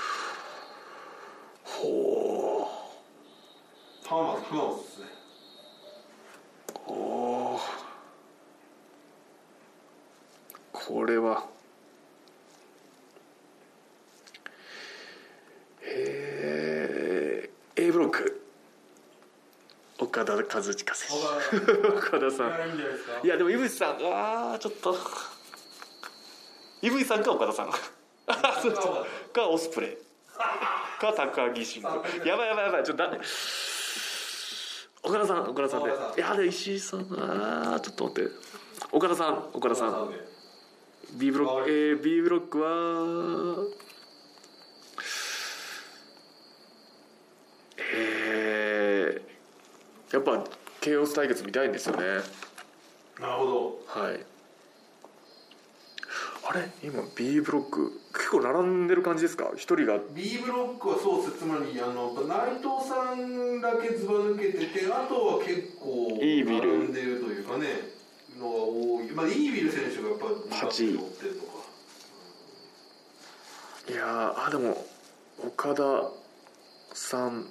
[SPEAKER 1] ほ
[SPEAKER 2] う浜松浜松ですね。
[SPEAKER 1] ほうこれはえー、A ブロック岡田和親選手岡田さんいやでも井渕さんあーちょっと井渕さんか岡田さんかオスプレイか高木慎吾やばいやばいやばいちょっとだ岡田さん岡田さんでいやで石井さんあーちょっと待って岡田さん岡田さん B ブロック、えー、B ブロックはえー、やっぱケイオス対決見たいんですよね。
[SPEAKER 2] なるほど。
[SPEAKER 1] はいあれ今 B ブロック結構並んでる感じですか。一人が
[SPEAKER 2] B ブロックはそうですつまりあの内藤さんだけずば抜けててあとは結構並んでるというかねのが多い。まあイービル選手がやっぱはちい乗ってるとか、
[SPEAKER 1] うん、いやあでも岡田さん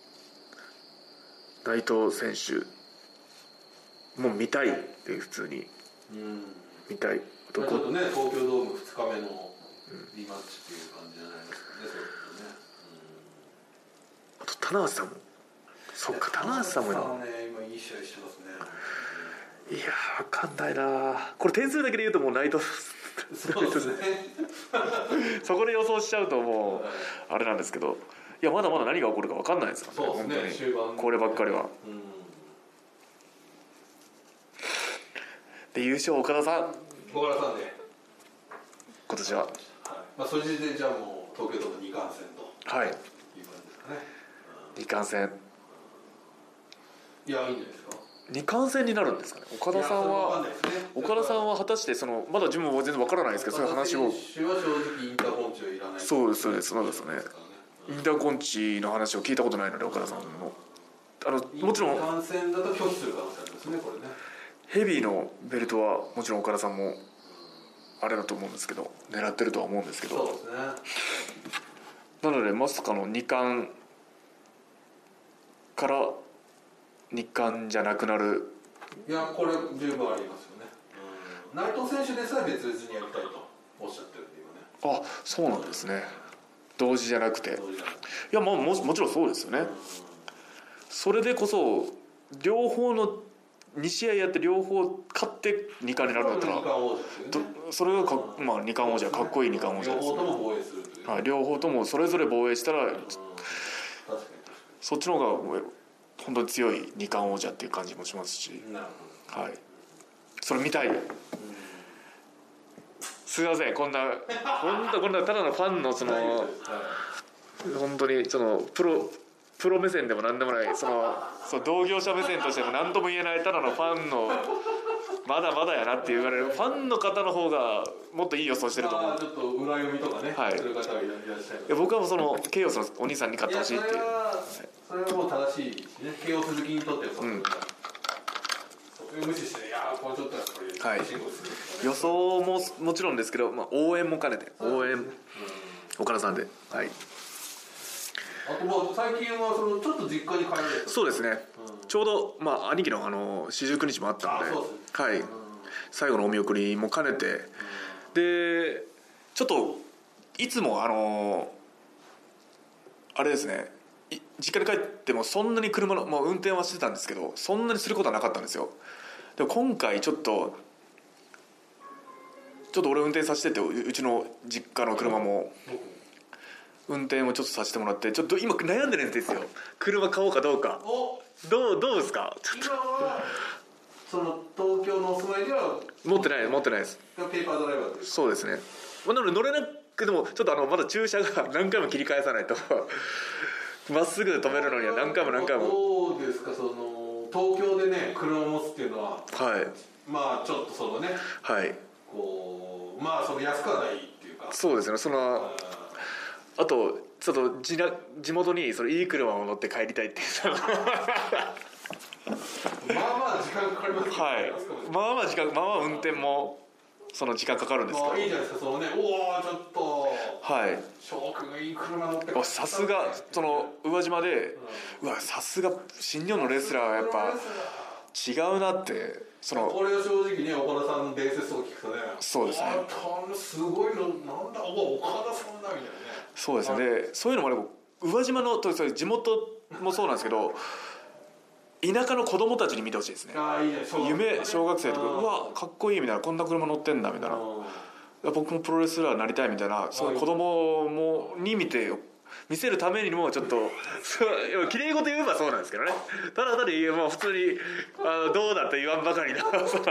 [SPEAKER 1] 内藤選手もう見たいって普通に、うん、見たい。
[SPEAKER 2] ちょっとね東京ドームふつかめのリマッチっていう感じじゃないですかね。そういうね、
[SPEAKER 1] うん、あと棚橋さんもそっか棚橋さんも
[SPEAKER 2] 今ね今いい試合してますね。
[SPEAKER 1] いやー分かんないなこれ点数だけで言うともうナイト
[SPEAKER 2] そうですね
[SPEAKER 1] そこで予想しちゃうともうあれなんですけどいやまだまだ何が起こるか分かんないですよね。
[SPEAKER 2] そうですね
[SPEAKER 1] 本当に
[SPEAKER 2] 終盤
[SPEAKER 1] こればっかりは、うん、で優勝岡田さん
[SPEAKER 2] 岡田さんで
[SPEAKER 1] 今年は、はい
[SPEAKER 2] まあ、それでじゃあもう東京ドームにかん戦と
[SPEAKER 1] はい
[SPEAKER 2] いう感じですかね、
[SPEAKER 1] うん、にかん戦
[SPEAKER 2] いやいいんじゃないですか。
[SPEAKER 1] にかん戦になるんですかね。岡田さんは、ね、岡田さんは果たしてそのまだ順番は全然わからないですけどそういう話を
[SPEAKER 2] 岡田選手は正直インターコンチはいらない
[SPEAKER 1] そうですそうですそうですね、うん、インターコンチの話を聞いたことないので岡田さんのあのもちろん
[SPEAKER 2] 感染だと拒否する可能性ありますねこれね。
[SPEAKER 1] ヘビーのベルトはもちろん岡田さんもあれだと思うんですけど狙ってるとは思うんですけど
[SPEAKER 2] そうですね。
[SPEAKER 1] なのでまさかのにかんからにかんじゃなくなる。
[SPEAKER 2] いやこれ十分ありますよね、うん、内藤選手でさえ別々にやりたいとおっしゃってるんで今ね。
[SPEAKER 1] あそうなんですね。同時じゃなくていや、まあ、も, もちろんそうですよね、うん、それでこそ両方のに試合やって両方勝ってにかんになるんだったら
[SPEAKER 2] にかん王者ですよね。
[SPEAKER 1] それがか、まあ、にかん王者かっこいいにかん王者です、ね、
[SPEAKER 2] 両方とも防衛するという、
[SPEAKER 1] はい、両方ともそれぞれ防衛したら、うん、確かにそっちの方が本当に強いにかん王者っていう感じもしますし、
[SPEAKER 2] なるほど、
[SPEAKER 1] はい、それ見たい、うん、すいませんこんな本当こんなただのファンのその、はい、本当にそのプロプロ目線でも何でもないそのその同業者目線としても何とも言えないただのファンのまだまだやなって言われるファンの方の方がもっといい予想してると思う。
[SPEAKER 2] まあちょっと裏読みとかね、はい、する方がいらっしゃいます。いや
[SPEAKER 1] 僕はもうそのケイオスのお兄さんに買ってほしいっていう。いや
[SPEAKER 2] それは、それはもう正しいしね。ケイオス好きにとってはそう、うん、それを無視していやこうちょっとやっぱり、はい、
[SPEAKER 1] 予想ももちろんですけど、まあ、応援も兼ねて応援、うん、岡田さんで、はい。
[SPEAKER 2] あとまあ最近はそのちょっと実家に帰れる。
[SPEAKER 1] そうですね、うん、ちょうど、まあ、兄貴のあの四十九日もあったので、はい、うん、最後のお見送りも兼ねて、うん、でちょっといつもあのあれですね、実家に帰ってもそんなに車の、まあ、運転はしてたんですけどそんなにすることはなかったんですよ。でも今回ちょっとちょっと俺運転させてて、うちの実家の車も運転をちょっとさせてもらって、ちょっと今悩んでるんですよ、車買おうかどうか。どうどうですか。
[SPEAKER 2] 今はその東京のお住まいでは
[SPEAKER 1] 持ってない持ってないです。
[SPEAKER 2] ペーパードライバーです。
[SPEAKER 1] そうですね。なので乗れなくてもちょっとあのまだ駐車が何回も切り返さないとまっすぐ止めるのには何回も何回も。
[SPEAKER 2] どうですか、その東京でね車を持つっていうのは、
[SPEAKER 1] はい、
[SPEAKER 2] まあちょっとそのね、
[SPEAKER 1] はい、
[SPEAKER 2] こうまあその安くはないっていうか。
[SPEAKER 1] そうですね。そのあとちょっと地地元にそのいい車を乗って帰りたいっていう
[SPEAKER 2] まあまあ時間かかりますね。
[SPEAKER 1] はい、まあまあ時間、まあまあ運転もその時間かかるんですけど、
[SPEAKER 2] まあいいじゃないですか。そのね、おおちょっと
[SPEAKER 1] はい
[SPEAKER 2] 翔くんがいい車乗って
[SPEAKER 1] さすがその宇和島で、うん、うわさすが新日本のレスラーはやっぱ違うなって。その
[SPEAKER 2] これは正直ね岡田さんの伝説を聞くとね、
[SPEAKER 1] そうですね、
[SPEAKER 2] すごいのなんだ岡田さんだみたいなね。
[SPEAKER 1] そうですね。でそういうのもね宇和島の地元もそうなんですけど田舎の子供たちに見てほしいですね。
[SPEAKER 2] あいいね、
[SPEAKER 1] 夢小学生とかうわかっこいいみたいな、こんな車乗ってんだみたいな、僕もプロレスラーになりたいみたいな、そういう子供もに見て見せるためにもちょっときれい事言えばそうなんですけどね、ただただもう普通にあのどうだと言わんばかりのち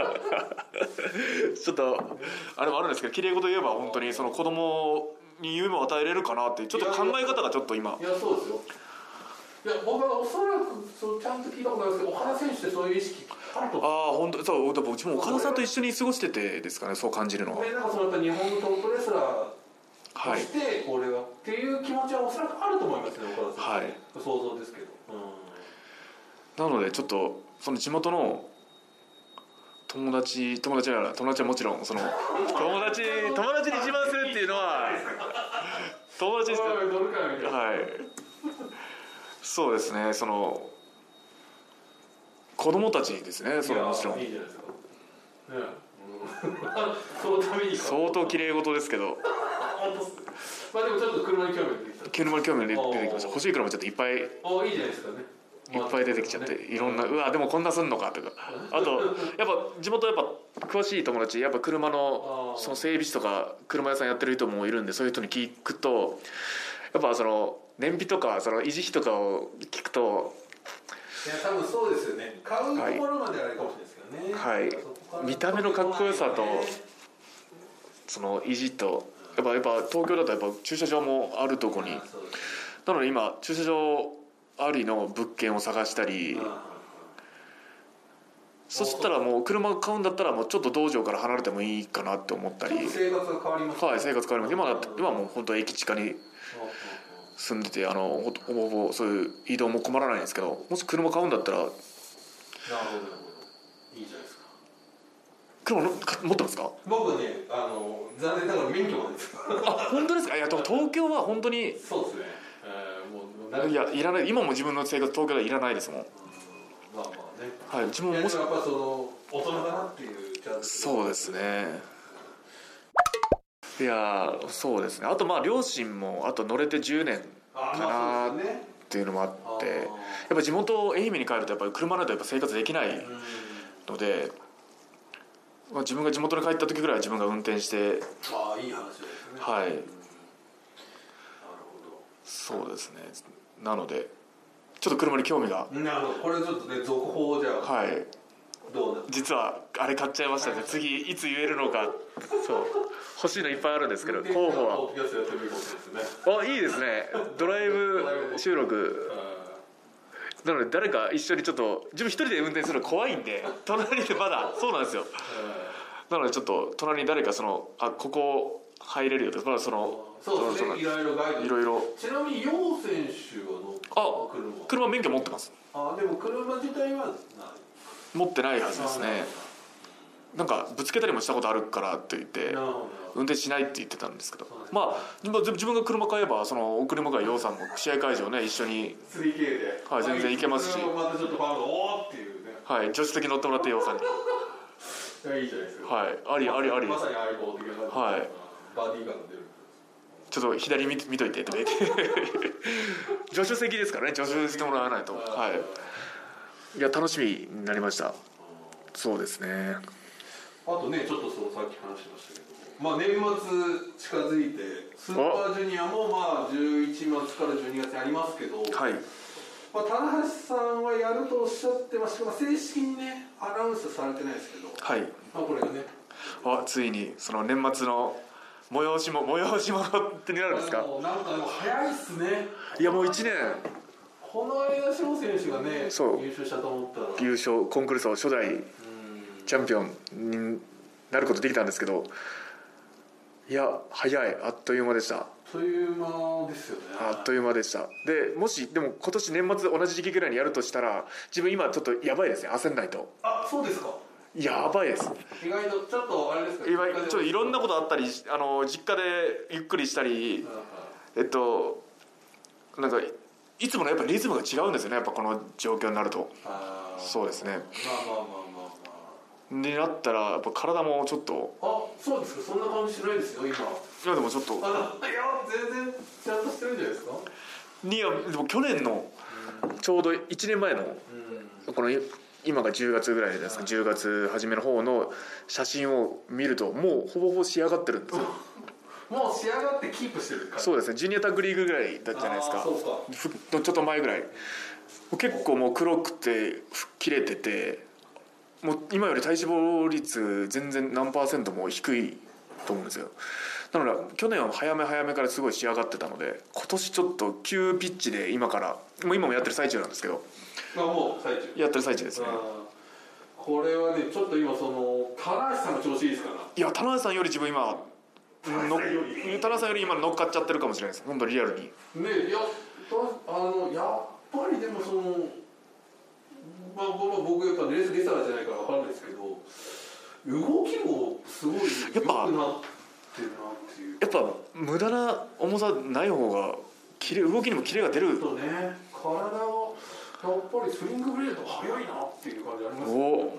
[SPEAKER 1] ょっとあれもあるんですけど、きれい事言えば本当にその子供に夢を与えれるかなっていうちょっと考え方がちょっと今。
[SPEAKER 2] いやそうですよ。いや僕はおそらくそうちゃんと聞いたことないですけど、岡田選手ってそういう意識あると。
[SPEAKER 1] ああ本当そう、うちも岡田さんと一緒に過ごしててですかね、そう感じるのは。
[SPEAKER 2] なんかそのやっぱ日本のトップレスラーとしてこれは、はい、っていう気持ちはおそらくあると思いますね、岡田さん。はい。想像ですけど。
[SPEAKER 1] うん、なのでちょっとその地元の友達友達は友達はもちろんその友達友達に自慢するっていうのは友達ですからはい。そうですね、その子供たちですね、それはもちろん。いいじゃないですか。ね、そのために相当綺麗事ですけど。
[SPEAKER 2] まあでもちょっと車に興味が出てきた。
[SPEAKER 1] 車に興味が出てきました。欲しい車ちょっといっぱい。
[SPEAKER 2] あいいじゃないですかね。
[SPEAKER 1] いっぱい出てきちゃって、いろんなうわでもこんなすんのかとか、あとやっぱ地元やっぱ詳しい友達やっぱ車のその整備士とか車屋さんやってる人もいるんで、そういう人に聞くとやっぱその燃費とかその維持費とかを聞くと、
[SPEAKER 2] いや多分そうですよね。買うところまであれかもしれないですけどね。
[SPEAKER 1] はい。見た目のかっこよさとその維持とやっぱやっぱ東京だとやっぱ駐車場もあるとこに、なので今駐車場ありの物件を探したり、そしたらもう車買うんだったらもうちょっと道場から離れてもいいかなって思ったり。
[SPEAKER 2] 生活が変わります。
[SPEAKER 1] はい、生活変わります。今だって今はもう本当駅近に住んでて、あのほぼほぼそういう移動も困らないんですけど、もし車買うんだったら。なるほ
[SPEAKER 2] ど、いいじゃないですか。
[SPEAKER 1] 車持ってますか？
[SPEAKER 2] 僕ね、あの残念ながら免許なんです。
[SPEAKER 1] あ、本当ですか？いや東京は本当に。
[SPEAKER 2] そうですね。
[SPEAKER 1] いやいらない、今も自分の生活東京ではいらないですもん。うん、
[SPEAKER 2] まあまあね。はい、
[SPEAKER 1] 自分ももし
[SPEAKER 2] やっぱその大人だなっていうチャンス。
[SPEAKER 1] そうですね。いやそうですね。あとまあ両親もあと乗れてじゅうねんかなっていうのもあって、やっぱ地元愛媛に帰るとやっぱり車ないとやっぱ生活できないので、まあ、自分が地元に帰った時ぐらいは自分が運転して。
[SPEAKER 2] ああいい話ですね。
[SPEAKER 1] はい。なるほど。そうですね。なのでちょっと車に興味が。
[SPEAKER 2] なるほど。これちょっとね続報じゃあ。
[SPEAKER 1] はい。
[SPEAKER 2] どうだ。
[SPEAKER 1] 実はあれ買っちゃいましたね。次いつ言えるのか。そう欲しいのいっぱいあるんですけど、候補は。あいいですね。ドライブ収録なので誰か一緒にちょっと自分一人で運転するの怖いんで隣でまだそうなんですよ。なのでちょっと隣に誰かそのあここ入れるよとまだその
[SPEAKER 2] そうですね、いろいろガイド
[SPEAKER 1] いろいろ。
[SPEAKER 2] ちなみに楊選手は乗った車
[SPEAKER 1] 車免許持ってます。
[SPEAKER 2] あでも車自体はない
[SPEAKER 1] 持ってないはずですね。なんかぶつけたりもしたことあるからって言って運転しないって言ってたんですけど、まあ自分が車買えばその送り迎え楊さんも試合会場ね一緒に
[SPEAKER 2] スリーケー で、
[SPEAKER 1] はい、全然行けますし、
[SPEAKER 2] またちょっとファンがおーっていうね、
[SPEAKER 1] はい、助手席乗ってもらって楊さんに
[SPEAKER 2] いやいいじゃないですか、
[SPEAKER 1] はい、ありありあり
[SPEAKER 2] まさに相棒的な感じ、
[SPEAKER 1] はい、
[SPEAKER 2] バディガード出る、
[SPEAKER 1] ちょっと左見見といてとか言って助手席ですからね、助手してもらわないと、はい、いや楽しみになりました。そうですね。
[SPEAKER 2] あとねちょっとそうさっき話しましたけど、まあ年末近づいてスーパージュニアもまあじゅういちがつからじゅうにがつにありますけど、はい、まあ、棚橋さんはやるとおっしゃってましたけど、正式にねアナウンスされてないですけど、はい、まあこれがね、
[SPEAKER 1] あついにその年末の催しも催し物ってなるんですか。
[SPEAKER 2] なんかでも早いっすね。
[SPEAKER 1] いやもういちねん、
[SPEAKER 2] この間翔選手がね優勝したと思ったら
[SPEAKER 1] 優勝コンクルール初代チャンピオンになることできたんですけど、いや早い、あっという間でした。
[SPEAKER 2] あっという間ですよね。
[SPEAKER 1] あっという間でした。でもしでも今年年末同じ時期ぐらいにやるとしたら自分今ちょっとやばいですね、焦んないと。
[SPEAKER 2] あ、そうですか。
[SPEAKER 1] やばいです。
[SPEAKER 2] 意外とちょっとあれですか、
[SPEAKER 1] 意外ちょっといろんなことあったり、あの実家でゆっくりしたり、えっとなんかいつものやっぱリズムが違うんですよね、やっぱこの状況になると。あ、そうですね。まあまあまあまあになったらやっぱ体もちょっと。
[SPEAKER 2] あ、そうですか。そんな感じしないですよ今。い
[SPEAKER 1] やでもちょっと、
[SPEAKER 2] あのいや全然ちゃんとしてるんじゃないですか。
[SPEAKER 1] いやでも去年のちょうどいちねんまえのこの今がじゅうがつぐらいですか、じゅうがつ初めの方の写真を見るともうほぼほぼ仕上がってるんですよ。
[SPEAKER 2] もう仕上がってキープしてるから。
[SPEAKER 1] そうですね、ジュニアタッグリーグぐらいだったじゃないですか。そうか、ちょっと前ぐらい結構もう黒くて切れてて、もう今より体脂肪率全然何パーセントも低いと思うんですよ。なので去年は早め早めからすごい仕上がってたので、今年ちょっと急ピッチで今からもう今もやってる最中なんですけど、
[SPEAKER 2] あもう最中
[SPEAKER 1] やってる最中ですね。
[SPEAKER 2] これはねちょっと今その棚橋さんが調子いいですから。
[SPEAKER 1] いや棚橋さんより自分今の棚橋さんより今乗っかっちゃってるかもしれないです、本当リアルに
[SPEAKER 2] ね。いやあのやっぱりでもそのまあ、僕やっぱレスレサーじゃないから分かんないですけど、動きもすごい良くなってるなっていう。
[SPEAKER 1] やっぱ無駄な重さない方がキレ、動きにもキレが出る。
[SPEAKER 2] そうね、体はやっぱりスイングブレード速いなっていう感じありますね。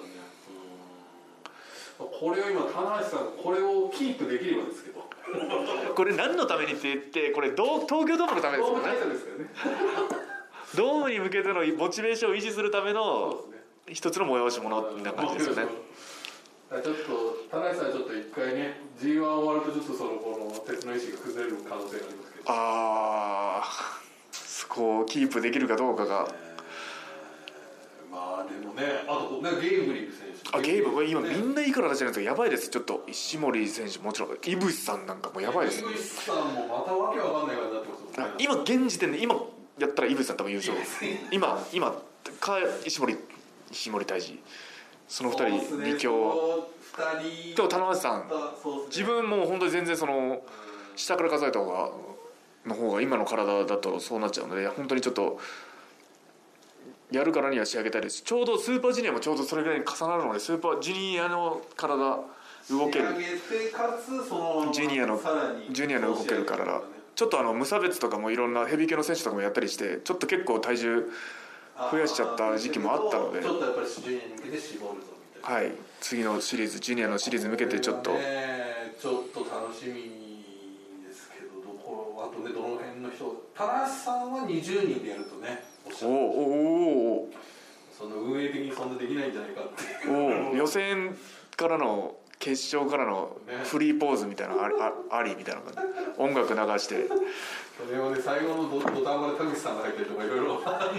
[SPEAKER 2] おこれを今棚橋さんこれをキープできればですけど
[SPEAKER 1] これ何のためにって言って、これ東京ドームのためですよね。ドーム対策ですからねドームに向けてのモチベーションを維持するための一つの催し物な感じですよね。
[SPEAKER 2] ちょっと棚橋さんちょっと一回ね ジーワン 終わるとちょっとそのこの鉄の意志が崩れる可能性がありますけど、
[SPEAKER 1] ああそこをキープできるかどうかが、
[SPEAKER 2] えー、まあでもね、あとねゲイブリル選手、
[SPEAKER 1] あゲイブリル今みんないいから出してるんですけどやばいです。ちょっと石森選手もちろんイブシさんなんかもやばいです。
[SPEAKER 2] イブシさんもまたわけわかんない感じになってますもんね。
[SPEAKER 1] 今現時点で今やったらイブシさん多分優勝。今今か石森石森大治、そのふたり二強と棚橋さん、自分も本当に全然その下から数えた方がの方が今の体だとそうなっちゃうので、本当にちょっとやるからには仕上げたいです。ちょうどスーパージュニアもちょうどそれぐらいに重なるので、スーパージュニアの体動ける、ジュニアのジュニアの動ける体、ちょっとあの無差別とかもいろんなヘビー系の選手とかもやったりしてちょっと結構体重増やしちゃった時期もあったので、
[SPEAKER 2] ちょっとやっぱりジュニアに向けて絞るぞみたいな。
[SPEAKER 1] はい、次のシリーズジュニアのシリーズ向けてちょっと、
[SPEAKER 2] ね、ちょっと楽しみですけど、どこあとねどの辺の人、棚橋さんはにじゅうにんでやるとねおっしゃる。おおその運営的にそんなできないんじゃないかっていう。
[SPEAKER 1] お予選からの決勝からのフリーポーズみたいなの あ, あ, ありみたいな感じ、音楽流して
[SPEAKER 2] それをね最後の土壇場で田口さんが入ってるとかいろいろ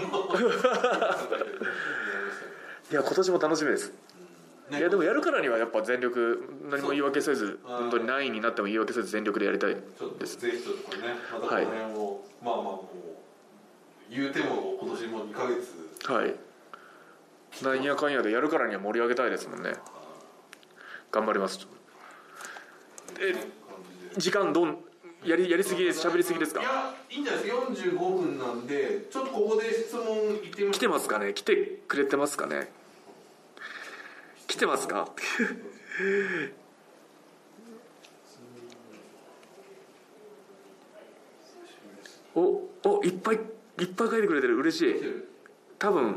[SPEAKER 1] いや今年も楽しみです、ね、いやでもやるからにはやっぱ全力何も言い訳せず、本当に何位になっても言い訳せず全力でやりたいです。
[SPEAKER 2] ぜひちょっとこれねまたこの辺を、はい、まあまあもう言うても今年もにかげつ、
[SPEAKER 1] はいなんやかんやでやるからには盛り上げたいですもんね。頑張ります。え時間どんやりやりすぎです喋りすぎですか？
[SPEAKER 2] いやいいんじゃないですか。よんじゅうごふんなんでちょっとここで質問いってみましょう。
[SPEAKER 1] 来てますかね来てくれてますかね来てますかおおいっぱいいっぱい書いてくれてる嬉しい。多分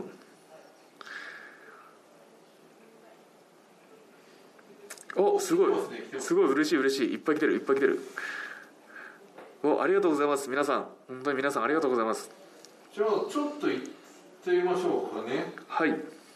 [SPEAKER 1] おすごいすごい嬉しい嬉しいいっぱい来てるいっぱい来てる。おありがとうございます皆さん本当に皆さんありがとうございます。
[SPEAKER 2] じゃあちょっと行ってみましょうかね。
[SPEAKER 1] はい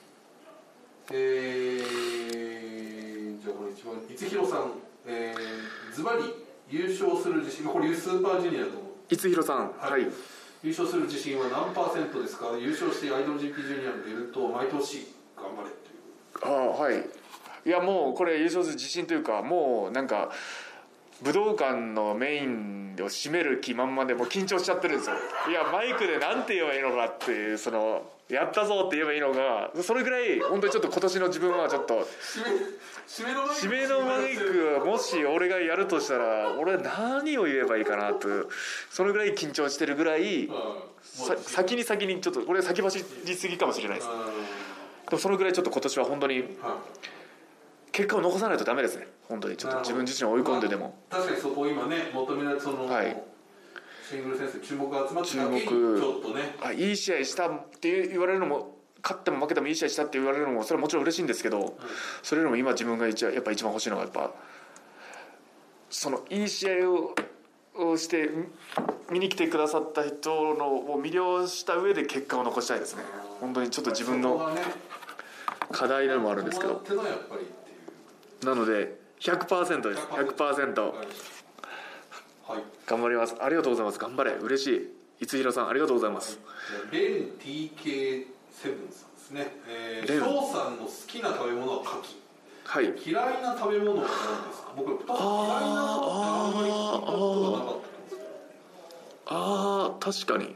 [SPEAKER 2] えー、じゃあこれ一番いつひろさん、えー、ズバリ優勝する自信これスーパージュニアだと思う。
[SPEAKER 1] いつひろさんはい、はい、
[SPEAKER 2] 優勝する自信は何パーセントですか？優勝してアイドル ジーピー ジュニアのベルトを毎年頑張れっていう。
[SPEAKER 1] ああはいいやもうこれ優勝する自信というかもうなんか武道館のメインを占める気満々でもう緊張しちゃってるんですよ。いやマイクでなんて言えばいいのかっていうそのやったぞって言えばいいのがそれぐらい本当にちょっと今年の自分はちょっと
[SPEAKER 2] 締めの
[SPEAKER 1] 締めのマイクもし俺がやるとしたら俺何を言えばいいかなとそれぐらい緊張してるぐらいさ先に先にちょっとこれ先走りすぎかもしれないです。でもそのぐらいちょっと今年は本当に結果を残さないとダメですね。本当にちょっと自分自身を追い込んででも、
[SPEAKER 2] まあ、確かにそこ今ね求められその、はい、シングル選手注目が集まってだけにちょっとね
[SPEAKER 1] あいい試合したって言われるのも勝っても負けてもいい試合したって言われるのもそれはもちろん嬉しいんですけど、うん、それよりも今自分が一やっぱ一番欲しいのはやっぱそのいい試合をして見に来てくださった人のを魅了した上で結果を残したいですね。本当にちょっと自分の課題でもあるんですけど、なので ひゃくパーセント です ひゃくパーセント 頑張ります。ありがとうございます。頑張れ嬉しい。いつひろさんありがとうございます。
[SPEAKER 2] レン ティーケーセブン さんですね。翔、えー、さんの好きな食べ物は牡蠣、はい、嫌いな食べ物は何ですか？僕嫌いなのってあんまり聞いたことがなかったんですけど。
[SPEAKER 1] ああ確かに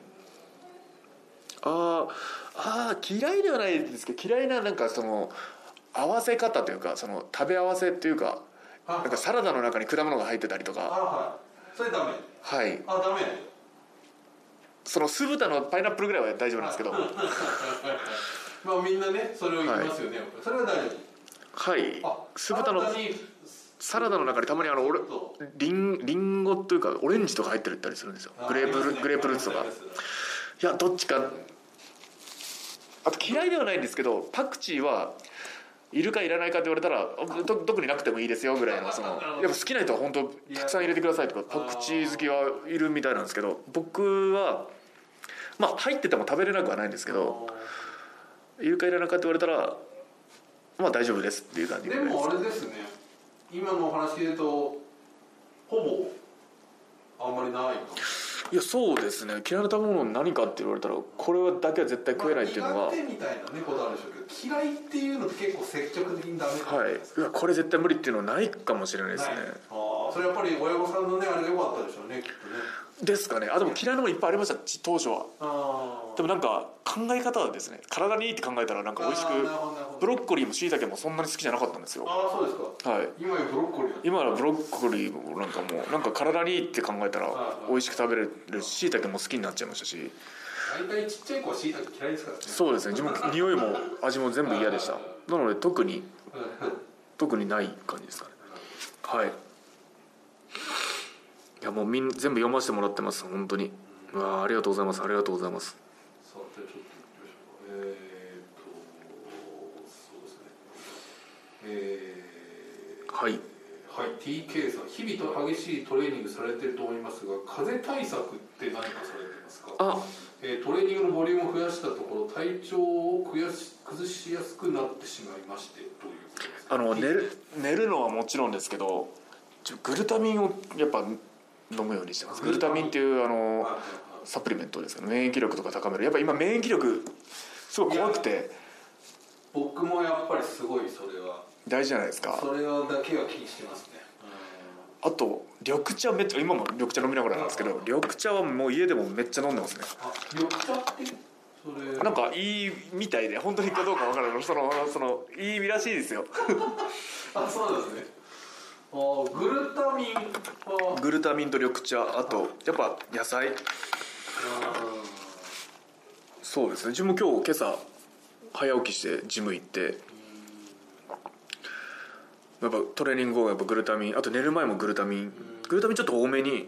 [SPEAKER 1] ああ嫌いではないですけど嫌いななんかその合わせ方というかその食べ合わせというかなんかサラダの中に果物が入ってたりとかあ、
[SPEAKER 2] はい、それダメ
[SPEAKER 1] はい
[SPEAKER 2] あダメ
[SPEAKER 1] その酢豚のパイナップルぐらいは大丈夫なんですけどま
[SPEAKER 2] あみんなねそれを言いますよね、はい、それは大丈夫
[SPEAKER 1] はい酢豚のサラダの中にたまにあの俺リンリンゴというかオレンジとか入ってるったりするんですよ。グレープ、ね、グレープフルーツとかいやどっちかあと嫌いではないんですけどパクチーはいるかいらないかって言われたら特になくてもいいですよぐらいのそのやっぱ好きな人は本当たくさん入れてくださいとかパクチー好きはいるみたいなんですけど僕はまあ入ってても食べれなくはないんですけどいるかいらないかって言われたらまあ大丈夫ですっていう感じ
[SPEAKER 2] でもあれですね今のお話で言うとほぼあんまりないかも。
[SPEAKER 1] いやそうですね嫌いな食べ物何かって言われたらこれだけは絶対食えないっていうのは、
[SPEAKER 2] まあ、苦手みたいなねことあるでしょうけど嫌いっていうのって結構積極的にダメかもしれないですか。
[SPEAKER 1] はい、いやこれ絶対無理っていうのはないかもしれないですね。
[SPEAKER 2] ああそれやっぱり親御さんのねあれが良かったでしょうねきっとね。
[SPEAKER 1] ですかね。あでも嫌いなものいっぱいありました当初は。あでもなんか考え方はですね体にいいって考えたらなんか美味しくブロッコリーも椎茸もそんなに好きじゃなかったんですよ。
[SPEAKER 2] ああそうですか。はい今やブロッコリー
[SPEAKER 1] 今はブロッコリーもなんかもうなんか体にいいって考えたら美味しく食べれる椎茸も好きになっちゃいましたし
[SPEAKER 2] 大体ちっちゃい子は椎茸嫌いですからね。
[SPEAKER 1] そうですね自分匂いも味も全部嫌でした。なので特に特にない感じですかね。はいいやもうみん全部読ませてもらってます本当に。うわありがとうございますありがとうございます。
[SPEAKER 2] さあじゃあちょっとえー、っとそうですねえー、
[SPEAKER 1] はい
[SPEAKER 2] はい ティーケー さん日々と激しいトレーニングされてると思いますが風邪対策って何かされてますか？あ、えー、トレーニングのボリュームを増やしたところ体調を崩しやすくなってしまいましてということです、ね、
[SPEAKER 1] あの寝る寝るのはもちろんですけどグルタミンをやっぱ飲むようにしてます。グルタミンっていうあのサプリメントですけど免疫力とか高めるやっぱ今免疫力すごい怖くて
[SPEAKER 2] 僕もやっぱりすごいそれは
[SPEAKER 1] 大事じゃないですか。
[SPEAKER 2] それはだけは気にしてますね。
[SPEAKER 1] あと緑茶めっちゃ、今も緑茶飲みながらなんですけど、緑茶はもう家でもめっちゃ飲んでますね。
[SPEAKER 2] あ、緑茶ってそれ
[SPEAKER 1] なんかいいみたいで、本当にかどうかわからない、そのそのいい意味らしいですよ。
[SPEAKER 2] あ、そうなんですね。あ、グルタミンは
[SPEAKER 1] グルタミンと緑茶、あとやっぱ野菜。そうですね、自分も今日今朝早起きしてジム行って、やっぱトレーニング後はやっぱグルタミン、あと寝る前もグルタミン、グルタミンちょっと多めに、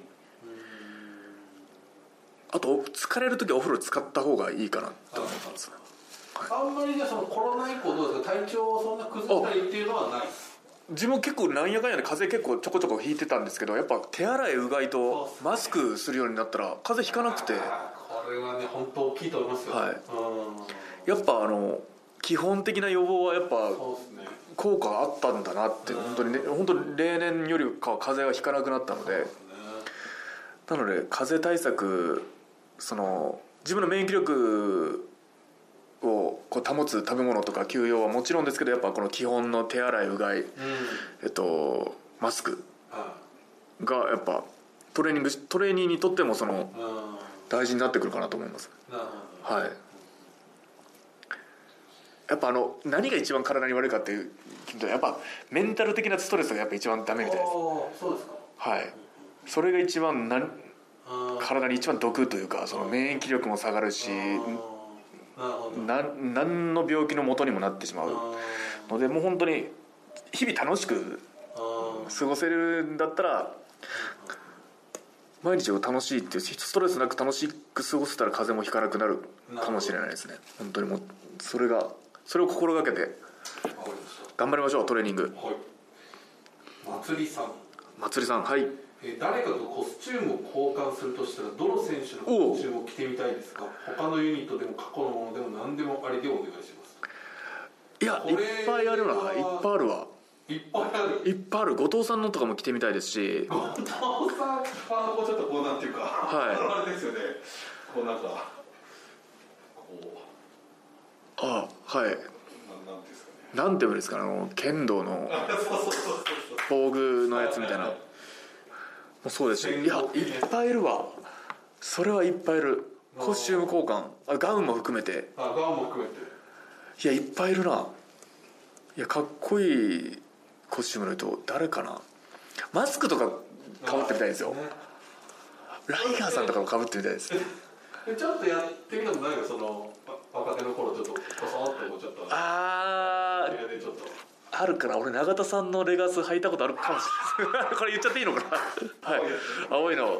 [SPEAKER 1] あと疲れる時はお風呂使った方がいいかなと思ったんです、
[SPEAKER 2] はい、あんまりじゃあそのコロナ以降どうですか、体調をそんな崩したりっていうのはない？
[SPEAKER 1] 自分結構なんやかんやで風邪結構ちょこちょこひいてたんですけど、やっぱ手洗いうがいとマスクするようになったら風邪ひかなくて、
[SPEAKER 2] これはね本当大きいと思いますよ。
[SPEAKER 1] はい、やっぱあの基本的な予防はやっぱ効果があったんだなって、本当にね、本当に例年よりかは風邪はひかなくなったので、なので風邪対策、その自分の免疫力をこう保つ食べ物とか休養はもちろんですけど、やっぱこの基本の手洗いうがい、うん、えっとマスクがやっぱトレーニングトレーニーにとってもその大事になってくるかなと思います。はい。やっぱあの何が一番体に悪いかっていうと、やっぱメンタル的なストレスがやっぱ一番ダメみたいです。
[SPEAKER 2] そうですか。
[SPEAKER 1] はい。それが一番なん体に一番毒というか、その免疫力も下がるし、な何の病気の元にもなってしまうので、もう本当に日々楽しく過ごせるんだったら、毎日を楽しいっていうストレスなく楽しく過ごせたら風邪もひかなくなるかもしれないですね。本当にもうそれがそれを心がけて頑張りましょう、トレーニング。
[SPEAKER 2] はい。まつりさん。
[SPEAKER 1] まつりさん、はい。
[SPEAKER 2] え誰かとコスチュームを交換するとしたらどの選手のコスチュームを着てみたいですか？他のユニットでも過去のものでも何でもありでお願いします。
[SPEAKER 1] いや、いっぱいあるな。いっぱいあるわ。
[SPEAKER 2] いっぱいある。
[SPEAKER 1] いっぱいある。後藤さんのとかも着てみたいですし。
[SPEAKER 2] 後藤さんはもうちょっとこうなんていうか、はい、あれですよね。こうなんかこう
[SPEAKER 1] ああ、はい。なんていうんですかね。なんていうんですかね、あの剣道の防具のやつみたいな。もうそうですし、いや、いっぱいいるわ。それはいっぱいいる。コスチューム交換、あ、ガウンも含めて。
[SPEAKER 2] あ、ガウンも含めて。い
[SPEAKER 1] や、いっぱいいるな。いや、かっこいいコスチュームの人誰かな。マスクとか被ってみたいですよ、ね、ライガーさんとかも被ってみたいです。
[SPEAKER 2] ちょっとやってみたことないよ、その若手の頃ちょっとコソって思っちゃった。
[SPEAKER 1] あー、ちょっとあるから。俺永田さんのレガス履いたことあるかもしれないこれ言っちゃっていいのかなはい、青いの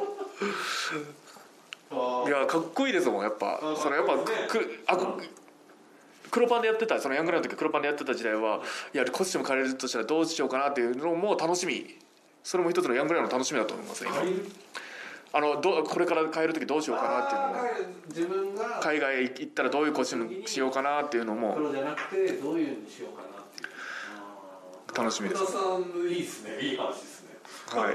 [SPEAKER 1] いや、かっこいいですもん、やっぱ。そのやっぱくあ黒パンでやってた、そのヤングライオンの時黒パンでやってた時代は、いやコスチューム借りるとしたらどうしようかなっていうのも楽しみ、それも一つのヤングライオンの楽しみだと思いますね。あのどこれから変える時どうしようかなっていうのも、
[SPEAKER 2] 自分が
[SPEAKER 1] 海外行ったらどういうコスチュームしようかなっていうのも、
[SPEAKER 2] プロじゃなくてどういうにしようかなっていう
[SPEAKER 1] 楽しみです。
[SPEAKER 2] 福田さんいいですね、いい話ですね。
[SPEAKER 1] はい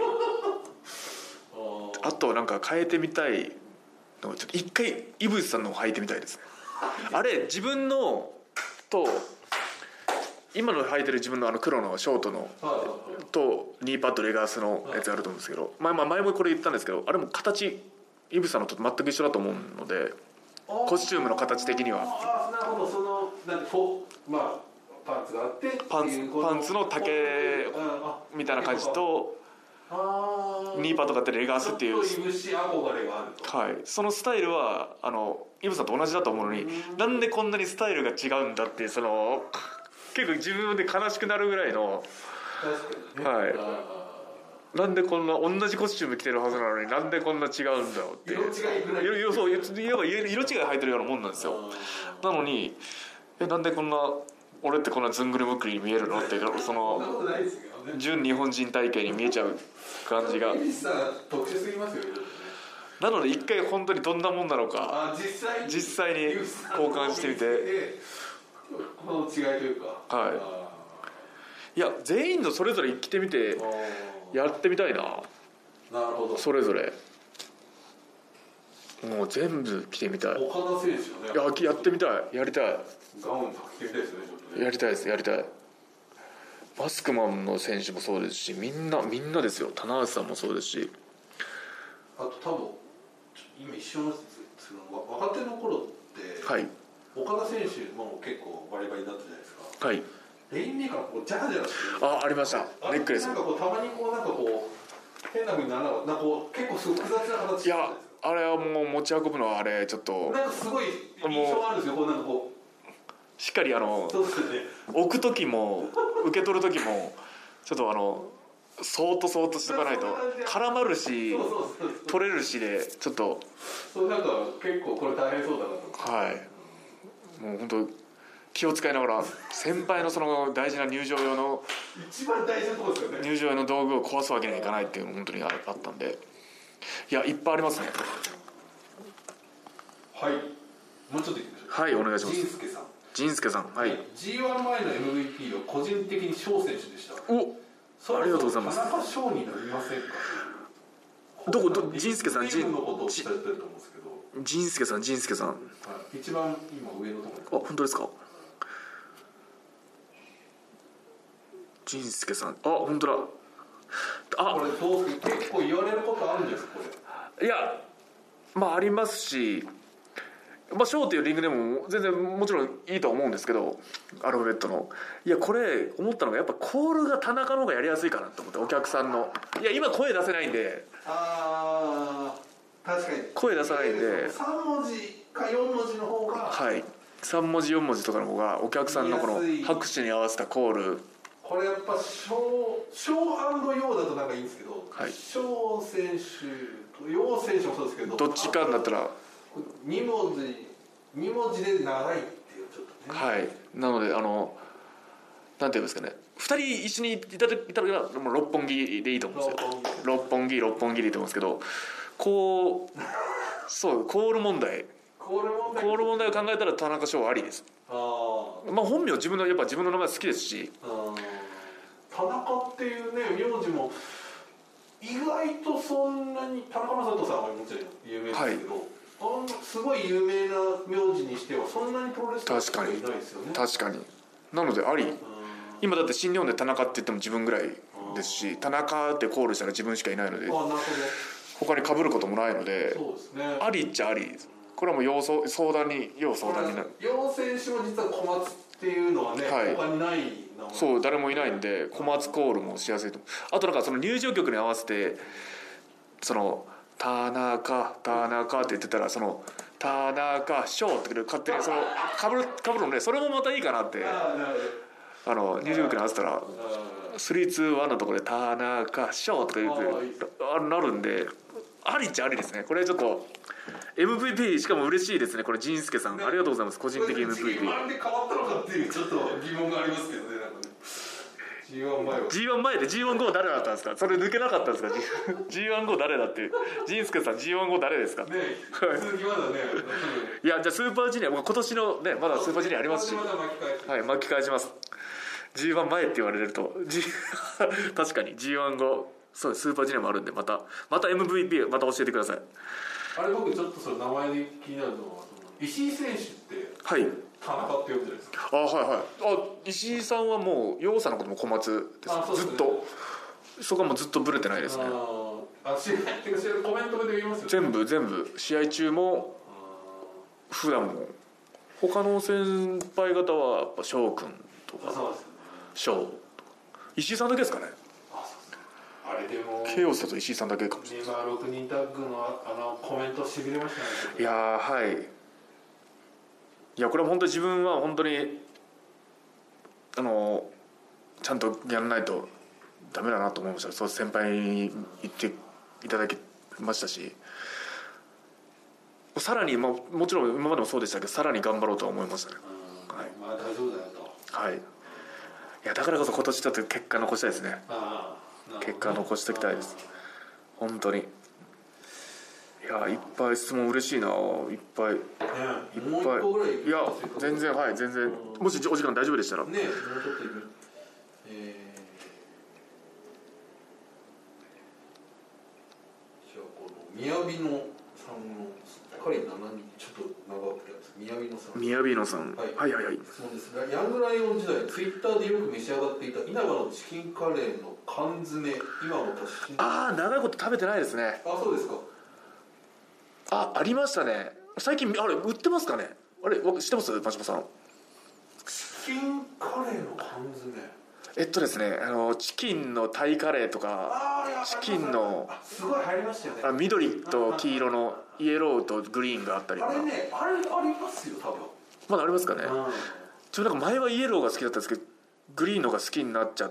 [SPEAKER 1] あとなんか変えてみたいのをちょっと一回イブスさんのを履いてみたいですね。あれ自分のと今の履いてる自分のあの黒のショートのとニーパッドレガースのやつがあると思うんですけど、前前もこれ言ったんですけど、あれも形イブさんのと全く一緒だと思うので、コスチュームの形的には。
[SPEAKER 2] ああ、なるほど。そのなんこうまあパンツがあって
[SPEAKER 1] パンツパンツの丈みたいな感じと、ニーパッドがあってレガースっていう、
[SPEAKER 2] ちょっといぶし憧れがあると。
[SPEAKER 1] はい、そのスタイルはあのイブさんと同じだと思うのに、なんでこんなにスタイルが違うんだっていう、その結構自分で悲しくなるぐらいの、
[SPEAKER 2] 確かにね、は
[SPEAKER 1] い、なんでこんな同じコスチューム着てるはずなのになんでこんな違うんだろうっていう、
[SPEAKER 2] 色違いぐらい、
[SPEAKER 1] 色そう色違い履いてるようなもんなんですよ。なのにえなんでこんな俺ってこんなずんぐりむっくりに見えるのって、その純日本人体型に見えちゃう感じが。
[SPEAKER 2] 特殊すぎますよね。
[SPEAKER 1] なので一回本当にどんなもんなのか
[SPEAKER 2] 実際に、
[SPEAKER 1] 実際に交換してみて、
[SPEAKER 2] この違いというか、
[SPEAKER 1] はい、いや全員のそれぞれ着てみてやってみたいな。
[SPEAKER 2] なるほど。
[SPEAKER 1] それぞれもう全部着てみたい。
[SPEAKER 2] 岡田選手よね。
[SPEAKER 1] いややってみたい、やりたい。
[SPEAKER 2] ガウン着てみたいですね、ちょっとね。
[SPEAKER 1] やりたいです、やりたい。 マスクマンの選手もそうですし、みんなみんなですよ。棚橋さんもそうですし、
[SPEAKER 2] あと多分今一緒のですけど、若手の頃って、はい、岡田選手も結構バリバリだったじゃないですか。はい。レインメーカーこうジャラジャラしてる。
[SPEAKER 1] あ、ありました。ネックレス。
[SPEAKER 2] なんかこうたまにこうなんかこう変な風にならなかった。なんかこう結構複雑な形。
[SPEAKER 1] いや、あれはもう持ち運ぶのはあれちょっと。
[SPEAKER 2] なんかすごい印象あるんですよ。こうなんかこ
[SPEAKER 1] うしっかりあの、
[SPEAKER 2] そうですね、
[SPEAKER 1] 置く時も受け取る時もちょっとあのそーっとそーっとしとかないと絡まるし取れるしでちょっと。
[SPEAKER 2] そうなんか結構これ大変そうだなと。
[SPEAKER 1] はい。もう本当気を使いながら先輩のその大事な入場用の
[SPEAKER 2] 一番大事なところですよね。
[SPEAKER 1] 入場用の道具を壊すわけにはいかないっていうのが本当にあったんで、いやいっぱいありますね。
[SPEAKER 2] はい。もうちょっといきましょう。
[SPEAKER 1] はい、お願いします。
[SPEAKER 2] 仁助さん。
[SPEAKER 1] 仁助さん、はい。
[SPEAKER 2] ジーワン 前の エムブイピー は個人的に翔選手でした。
[SPEAKER 1] お、ありがとうございます。
[SPEAKER 2] 田中翔になりませんか。
[SPEAKER 1] どこど仁助さん、
[SPEAKER 2] 仁のことを伝えてると思うんですけど。
[SPEAKER 1] 仁助さん、仁助さん。はい、
[SPEAKER 2] 一番今上のところ。
[SPEAKER 1] あ、本当ですか。仁助さん、あ、本当だ。
[SPEAKER 2] あ、これどう結構言われることあるんですかこ
[SPEAKER 1] れ。いや、まあありますし。まあ、ショーっていうリングでも全然もちろんいいとは思うんですけど、アルファベットのいやこれ思ったのがやっぱコールが田中の方がやりやすいかなと思って、お客さんのいや今声出せないんで、
[SPEAKER 2] ああ確かに
[SPEAKER 1] 声出さないんで
[SPEAKER 2] さん文字かよん文字の方が、
[SPEAKER 1] はいさん文字よん文字とかの方がお客さんのこの拍手に合わせたコール、
[SPEAKER 2] これやっぱショーショー&ヨーだとなんかいいんですけど、はい、ショー選手とヨー選手もそうですけど、
[SPEAKER 1] どっちかになったら
[SPEAKER 2] に文字に文字で長いっていうちょっとね、
[SPEAKER 1] はいなのであのなんていうんですかね、ふたり一緒にいただいたらもう六本木でいいと思うんですよ。六本木六本木でいいと思うんですけど、こうそうコール問題
[SPEAKER 2] コール問題
[SPEAKER 1] コール問題を考えたら田中翔ありです。あまあ本名自分のやっぱ自分の名前好きですし、
[SPEAKER 2] あ田中っていうね名字も意外とそんなに田中将人さんはもちろん有名ですけど、はいすごい有名な名字にしてはそんなにプロレスラーはいないですよね。
[SPEAKER 1] 確かになのであり、今だって新日本で田中って言っても自分ぐらいですし、田中ってコールしたら自分しかいないので、あなるほど他に被ることもないので、そうですね、ありっちゃありです。これはもう要相相談に要相談になる。
[SPEAKER 2] 要選手も実は小松っていうのはね、はい、他にない
[SPEAKER 1] そう誰もいないんで小松コールもしやすいと。あとなんかその入場曲に合わせてその田中田中って言ってたらその田中翔って勝手にそのかぶるかぶるので、それもまたいいかなって、あの入場曲に合わせたらスリーツーワンのところで田中翔とか言ってなるんで、ありっちゃありですね。これちょっと エムブイピー しかも嬉しいですね。これ仁助さん、ね、ありがとうございます。個人的 エムブイピー
[SPEAKER 2] ジーワン で変わったのかっていうちょっと疑問がありますけどね。なんかね ジーワン 前は
[SPEAKER 1] ジーワン 前で ジーワン 後誰だったんですか。それ抜けなかったんですか。ジーワン 後誰だって仁助さん ジーワン 後誰ですかね。
[SPEAKER 2] 続きまだね
[SPEAKER 1] いやじゃあスーパージュニア今年のねまだスーパージュニアありますし、はい巻き返します。 ジーワン 前って言われると確かに ジーワン 後そうスーパージュニアもあるんで、またまた エムブイピー また教えてください。
[SPEAKER 2] あれ僕ちょっとその名前で気になるのは石井選手ってはい田中って呼ぶじゃないですか。あ
[SPEAKER 1] はいはいあ石井さんはもう陽さんのことも小松です、ね、ずっとそこはもうずっとブレてないですね。
[SPEAKER 2] ああ試合っていうか試合コメントで言いますよね。
[SPEAKER 1] 全部全部試合中も普段も他の先輩方はやっぱ翔くんとか翔、ね、石井さんだけですかね。
[SPEAKER 2] あれでも
[SPEAKER 1] ケイオスだと石井さんだけかもしれない。
[SPEAKER 2] 今ろくにんタッグのあのコメントしびれましたね。
[SPEAKER 1] いやはいいやこれは本当に自分は本当にあのちゃんとやらないとダメだなと思いました。そう先輩に言っていただきましたし、さらに、まあ、もちろん今までもそうでしたけどさらに頑張ろうとは思いましたね。
[SPEAKER 2] はい、まあ大丈夫だよと。
[SPEAKER 1] はいいやだからこそ今年ちょっと結果残したいですね。あ結果残しておきたいです本当に。いやいっぱい質問嬉しいな。いっぱい、ね、いっぱいいや全然はい全然もしお時間大丈夫でしたらね。もうちょっとえ
[SPEAKER 2] ー、じゃあこの雅のさんの彼ななにんちょっちょっと長くて宮城野さん
[SPEAKER 1] 宮城野さん、はい、はいはいはい
[SPEAKER 2] 質問です。ヤングライオン時代ツイッターでよく召し上がっていた稲葉のチキンカレーの缶詰、今も達し
[SPEAKER 1] ああ長いこと食べてないですね。
[SPEAKER 2] あ、そうですか。
[SPEAKER 1] あ、ありましたね。最近あれ売ってますかね。あれ知ってます、真島さん。
[SPEAKER 2] チキンカレーの缶詰、
[SPEAKER 1] えっとですね、あのチキンのタイカレーとか、チキンの
[SPEAKER 2] すごい入りましたよね。
[SPEAKER 1] あ緑と黄色のイエローとグリーンがあったりとか。
[SPEAKER 2] あれね、あれありますよ多分。
[SPEAKER 1] まだありますかね。
[SPEAKER 2] うん、
[SPEAKER 1] ちょなんか前はイエローが好きだったんですけど、グリーンのが好きになっちゃって、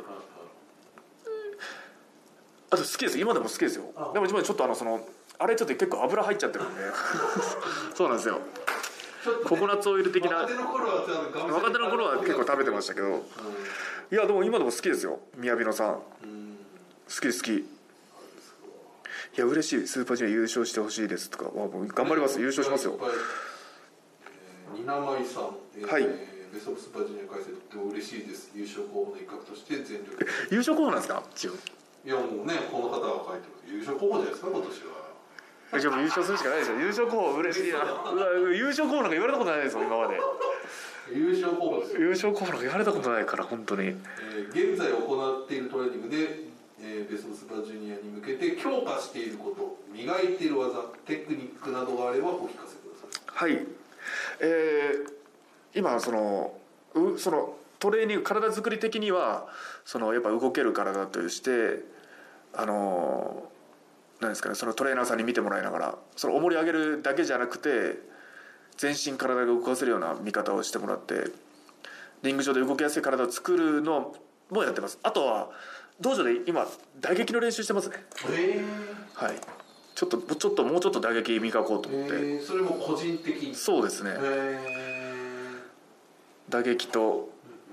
[SPEAKER 1] あと好きです。今でも好きですよ。でも自分ちょっとあのそのあれちょっと結構油入っちゃってるんでそうなんですよ。ココナッツオイル的な。若手の頃は若手の頃は結構食べてましたけど、うん、いやでも今でも好きですよ、宮城野さん、うん、好き好き。いや嬉しい。スーパージュニア優勝してほしいですとか、もう頑張ります。優勝しますよ。
[SPEAKER 2] ニナマイさん、えー、
[SPEAKER 1] はい、
[SPEAKER 2] ベストオブスーパージュニア開催とっても嬉しいです。優勝候補の一角として全力で。
[SPEAKER 1] 優勝候補なんですか自分。
[SPEAKER 2] いやもうね、この方が書いてます。優勝候補じゃないですか今年は。
[SPEAKER 1] じゃあもう優勝するしかないですよ。優勝候補嬉しいな。うわ優勝候補なんか言われたことないですよ今まで。
[SPEAKER 2] 優勝候補ですよ。
[SPEAKER 1] 優勝候補なんか言われたことないから本当に。
[SPEAKER 2] えー、現在行っているトレーニングで、えー、ベストオブスーパージュニアに向けて強化していること、磨いている技、テクニックなどがあればお聞かせください。
[SPEAKER 1] はい。えー、今そのうそのトレーニング体作り的にはそのやっぱ動ける体としてあのーなんですかね、そのトレーナーさんに見てもらいながらその重り上げるだけじゃなくて全身体が動かせるような見方をしてもらってリング上で動きやすい体を作るのもやってます。あとは道場で今打撃の練習してますね。
[SPEAKER 2] へ
[SPEAKER 1] ー、はい、ちょっとちょっともうちょっと打撃磨こうと思って。
[SPEAKER 2] へそれも個人的に。
[SPEAKER 1] そうですね。
[SPEAKER 2] へ
[SPEAKER 1] 打撃と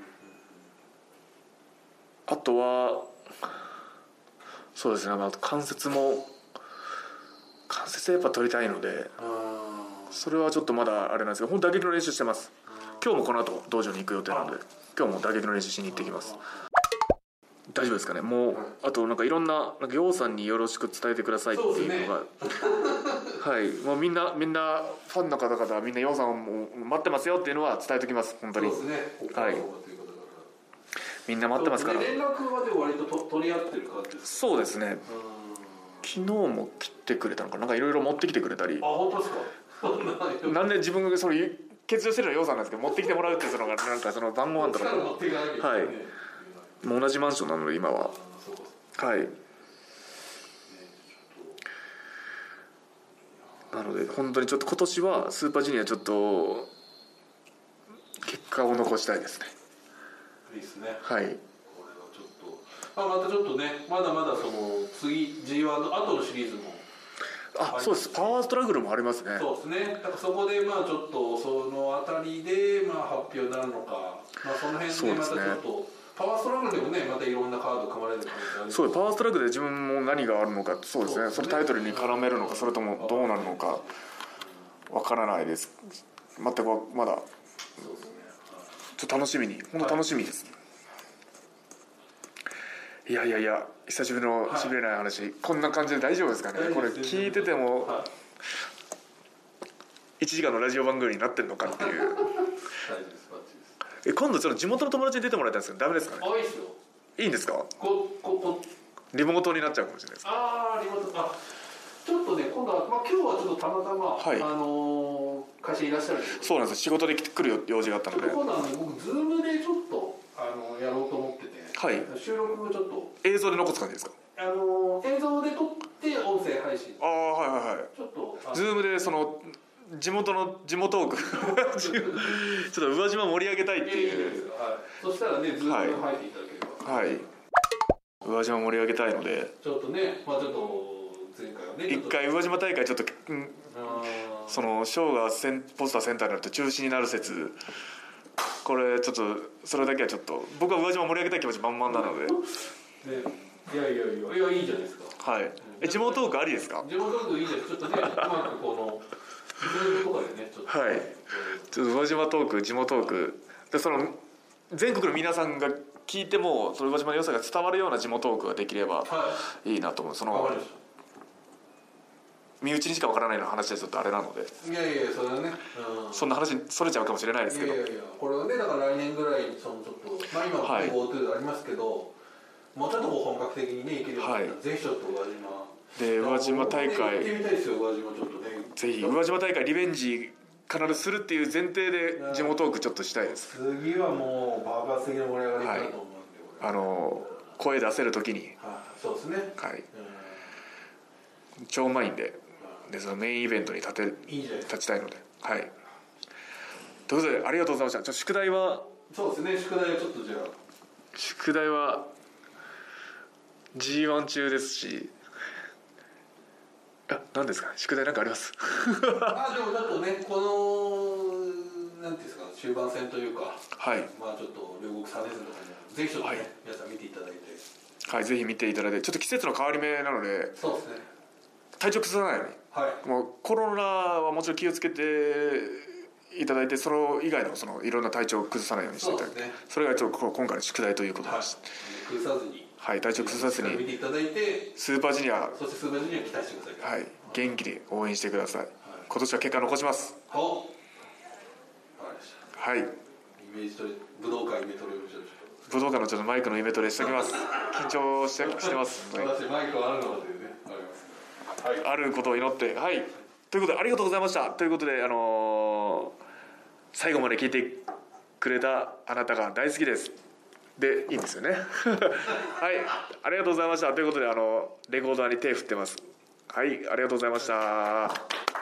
[SPEAKER 1] あとはそうですね、まあ、関節も関節やっぱ取りたいのでそれはちょっとまだあれなんですけど、本当打撃の練習してます。今日もこの後道場に行く予定なので今日も打撃の練習しに行ってきます。大丈夫ですかね。もうあとなんかいろんななんか陽さんによろしく伝えてくださいっていうのが、ね、はいもうみんなみんなファンの方々はみんな陽さんを待ってますよっていうのは伝えておきます。本当に。
[SPEAKER 2] そうですね。
[SPEAKER 1] はい。みんな待ってますから。
[SPEAKER 2] 連絡はで割とと取り合ってる感じですか。
[SPEAKER 1] そうですね。昨日も来てくれたのかなんかいろいろ持ってきてくれたり。
[SPEAKER 2] あ本当ですか。
[SPEAKER 1] なんで自分がそれ欠場してるのは陽さんなんですけど持ってきてもらうっていうのがなんかその晩ご飯とかはいもう同じマンションなので今ははいなので本当にちょっと今年はスーパージュニアちょっと結果を残したいですね。
[SPEAKER 2] いいですね。
[SPEAKER 1] はい。
[SPEAKER 2] これはちょっと、まあ、またちょっとねまだまだその次 ジーワン の後のシリーズも
[SPEAKER 1] あそうです。パワーストラグルもありますね。
[SPEAKER 2] そうですね。だからそこでまあちょっとそのあたりでまあ発表になるのか、まあ、その辺でまたちょっと、ね、パワーストラグルでもねまたいろんなカード組まれる可能性ある。
[SPEAKER 1] そうパワーストラグルで自分も何があるのかそうですね。そのタイトルに絡めるのかそれともどうなるのかわからないです。全くまだちょっと楽しみに本当楽しみです、はい、いやいやいや久しぶりのしびれない話、はい、こんな感じで大丈夫ですかね。これ聞いてても、はい、いちじかんのラジオ番組になってるのかっていうえ今度ちょっと地元の友達に出てもらいたいんですけどダメですかね。
[SPEAKER 2] あいいですよ。
[SPEAKER 1] いいんですか。
[SPEAKER 2] こここ
[SPEAKER 1] リモートになっちゃうかもしれないです。
[SPEAKER 2] ああリモートあちょっとね今度は、まあ、今日はちょっとたまたま、はい、あのー、会社いらっしゃるんですけど
[SPEAKER 1] そうなんです。仕事で来る用事があったので
[SPEAKER 2] 今度はね僕ズームでちょっとあのやろうと思ってて、はい、収録をちょっと
[SPEAKER 1] 映像で残す感じですか。
[SPEAKER 2] あのー、映像で撮って音声配信
[SPEAKER 1] ああはいはいはいちょっとズームでその地元の地元トークちょっと宇和島盛り上げたいっていう、いいですか、
[SPEAKER 2] はい、そしたらねズームで入っていただければ
[SPEAKER 1] はい、はい、宇和島盛り上げたいので
[SPEAKER 2] ちょっとねまあちょっと前回はね
[SPEAKER 1] 一回宇和島大会ちょっと、うん、そのショーがセンポスターセンターになると中止になる説これちょっとそれだけはちょっと僕は宇和島盛り上げたい気持ち満々なので、ね、
[SPEAKER 2] いやいやいやいやいいじゃないですか。
[SPEAKER 1] はい。え地元トークありですか。
[SPEAKER 2] 地元トークいいです。ちょっとねうまくこのズームとかでねちょっと
[SPEAKER 1] はいちょっと宇和島トーク地元トークでその全国の皆さんが聞いてもその宇和島の良さが伝わるような地元トークができればいいなと思う。その身内にしかわからないような話でちょっとあれなので、
[SPEAKER 2] いやいやそれはね、
[SPEAKER 1] うん、そんな話にそれちゃうかもしれないですけど、
[SPEAKER 2] いやいやいやこれはねだから来年ぐらいそのちょっとまあ今は GoTo ありますけど、もうちょっとこう本格的にね行けるようになったら、はい、ぜひちょっと宇和島
[SPEAKER 1] で宇和島大会、ね、
[SPEAKER 2] 行ってみたいですよ宇和島ちょっとね。
[SPEAKER 1] ぜひ宇和島大会リベンジ必ずするっていう前提で地元トークちょっとしたいです。
[SPEAKER 2] 次はもう爆発的な盛り上がりだと思うんで、
[SPEAKER 1] はい、あの声出せる時に、
[SPEAKER 2] はあ、そうですね、
[SPEAKER 1] はい、うん、超満員で、でそのメインイベントに立て
[SPEAKER 2] いい
[SPEAKER 1] 立ちたいので、はい。ということでありがとうございました。ちょっと宿題は
[SPEAKER 2] そうですね、宿題はちょっとじゃあ
[SPEAKER 1] 宿題は ジーワン 中ですし、あ、何ですか宿題なんかあります
[SPEAKER 2] あでもちょっとねこのなんていうんですか終盤戦というか、
[SPEAKER 1] はい、
[SPEAKER 2] まあちょっと両国さんねん生とかもぜひちょっとね、はい、皆さん見ていただいて、
[SPEAKER 1] はい、ぜひ見ていただいて、ちょっと季節の変わり目なので、
[SPEAKER 2] そうですね、
[SPEAKER 1] 体調崩さないように、はい、もうコロナはもちろん気をつけていただいて、その以外のそのいろんな体調を崩さないようにしていただいて、 そ,、ね、それがちょっと今回の宿題ということです、
[SPEAKER 2] はい、崩さずに、
[SPEAKER 1] はい、体調崩さずに
[SPEAKER 2] 見ていただいて、
[SPEAKER 1] スーパージュニア、
[SPEAKER 2] そしてスーパージュニア期待してください、
[SPEAKER 1] はい、元気に応援してください、はい、今年は結果残します。
[SPEAKER 2] はい、分かりました。はい、イメージトレ武道館イメトレをし
[SPEAKER 1] 武道館のちょっとマイクのイメトレしておきます。緊張してしてます
[SPEAKER 2] 私マイクはあるのかというね、あります、
[SPEAKER 1] はい、あることを祈って、はい、ということでありがとうございました。ということで、あのー、最後まで聞いてくれたあなたが大好きですでいいんですよねはい、ありがとうございました。ということで、あのレコーダーに手振ってます。はい、ありがとうございました。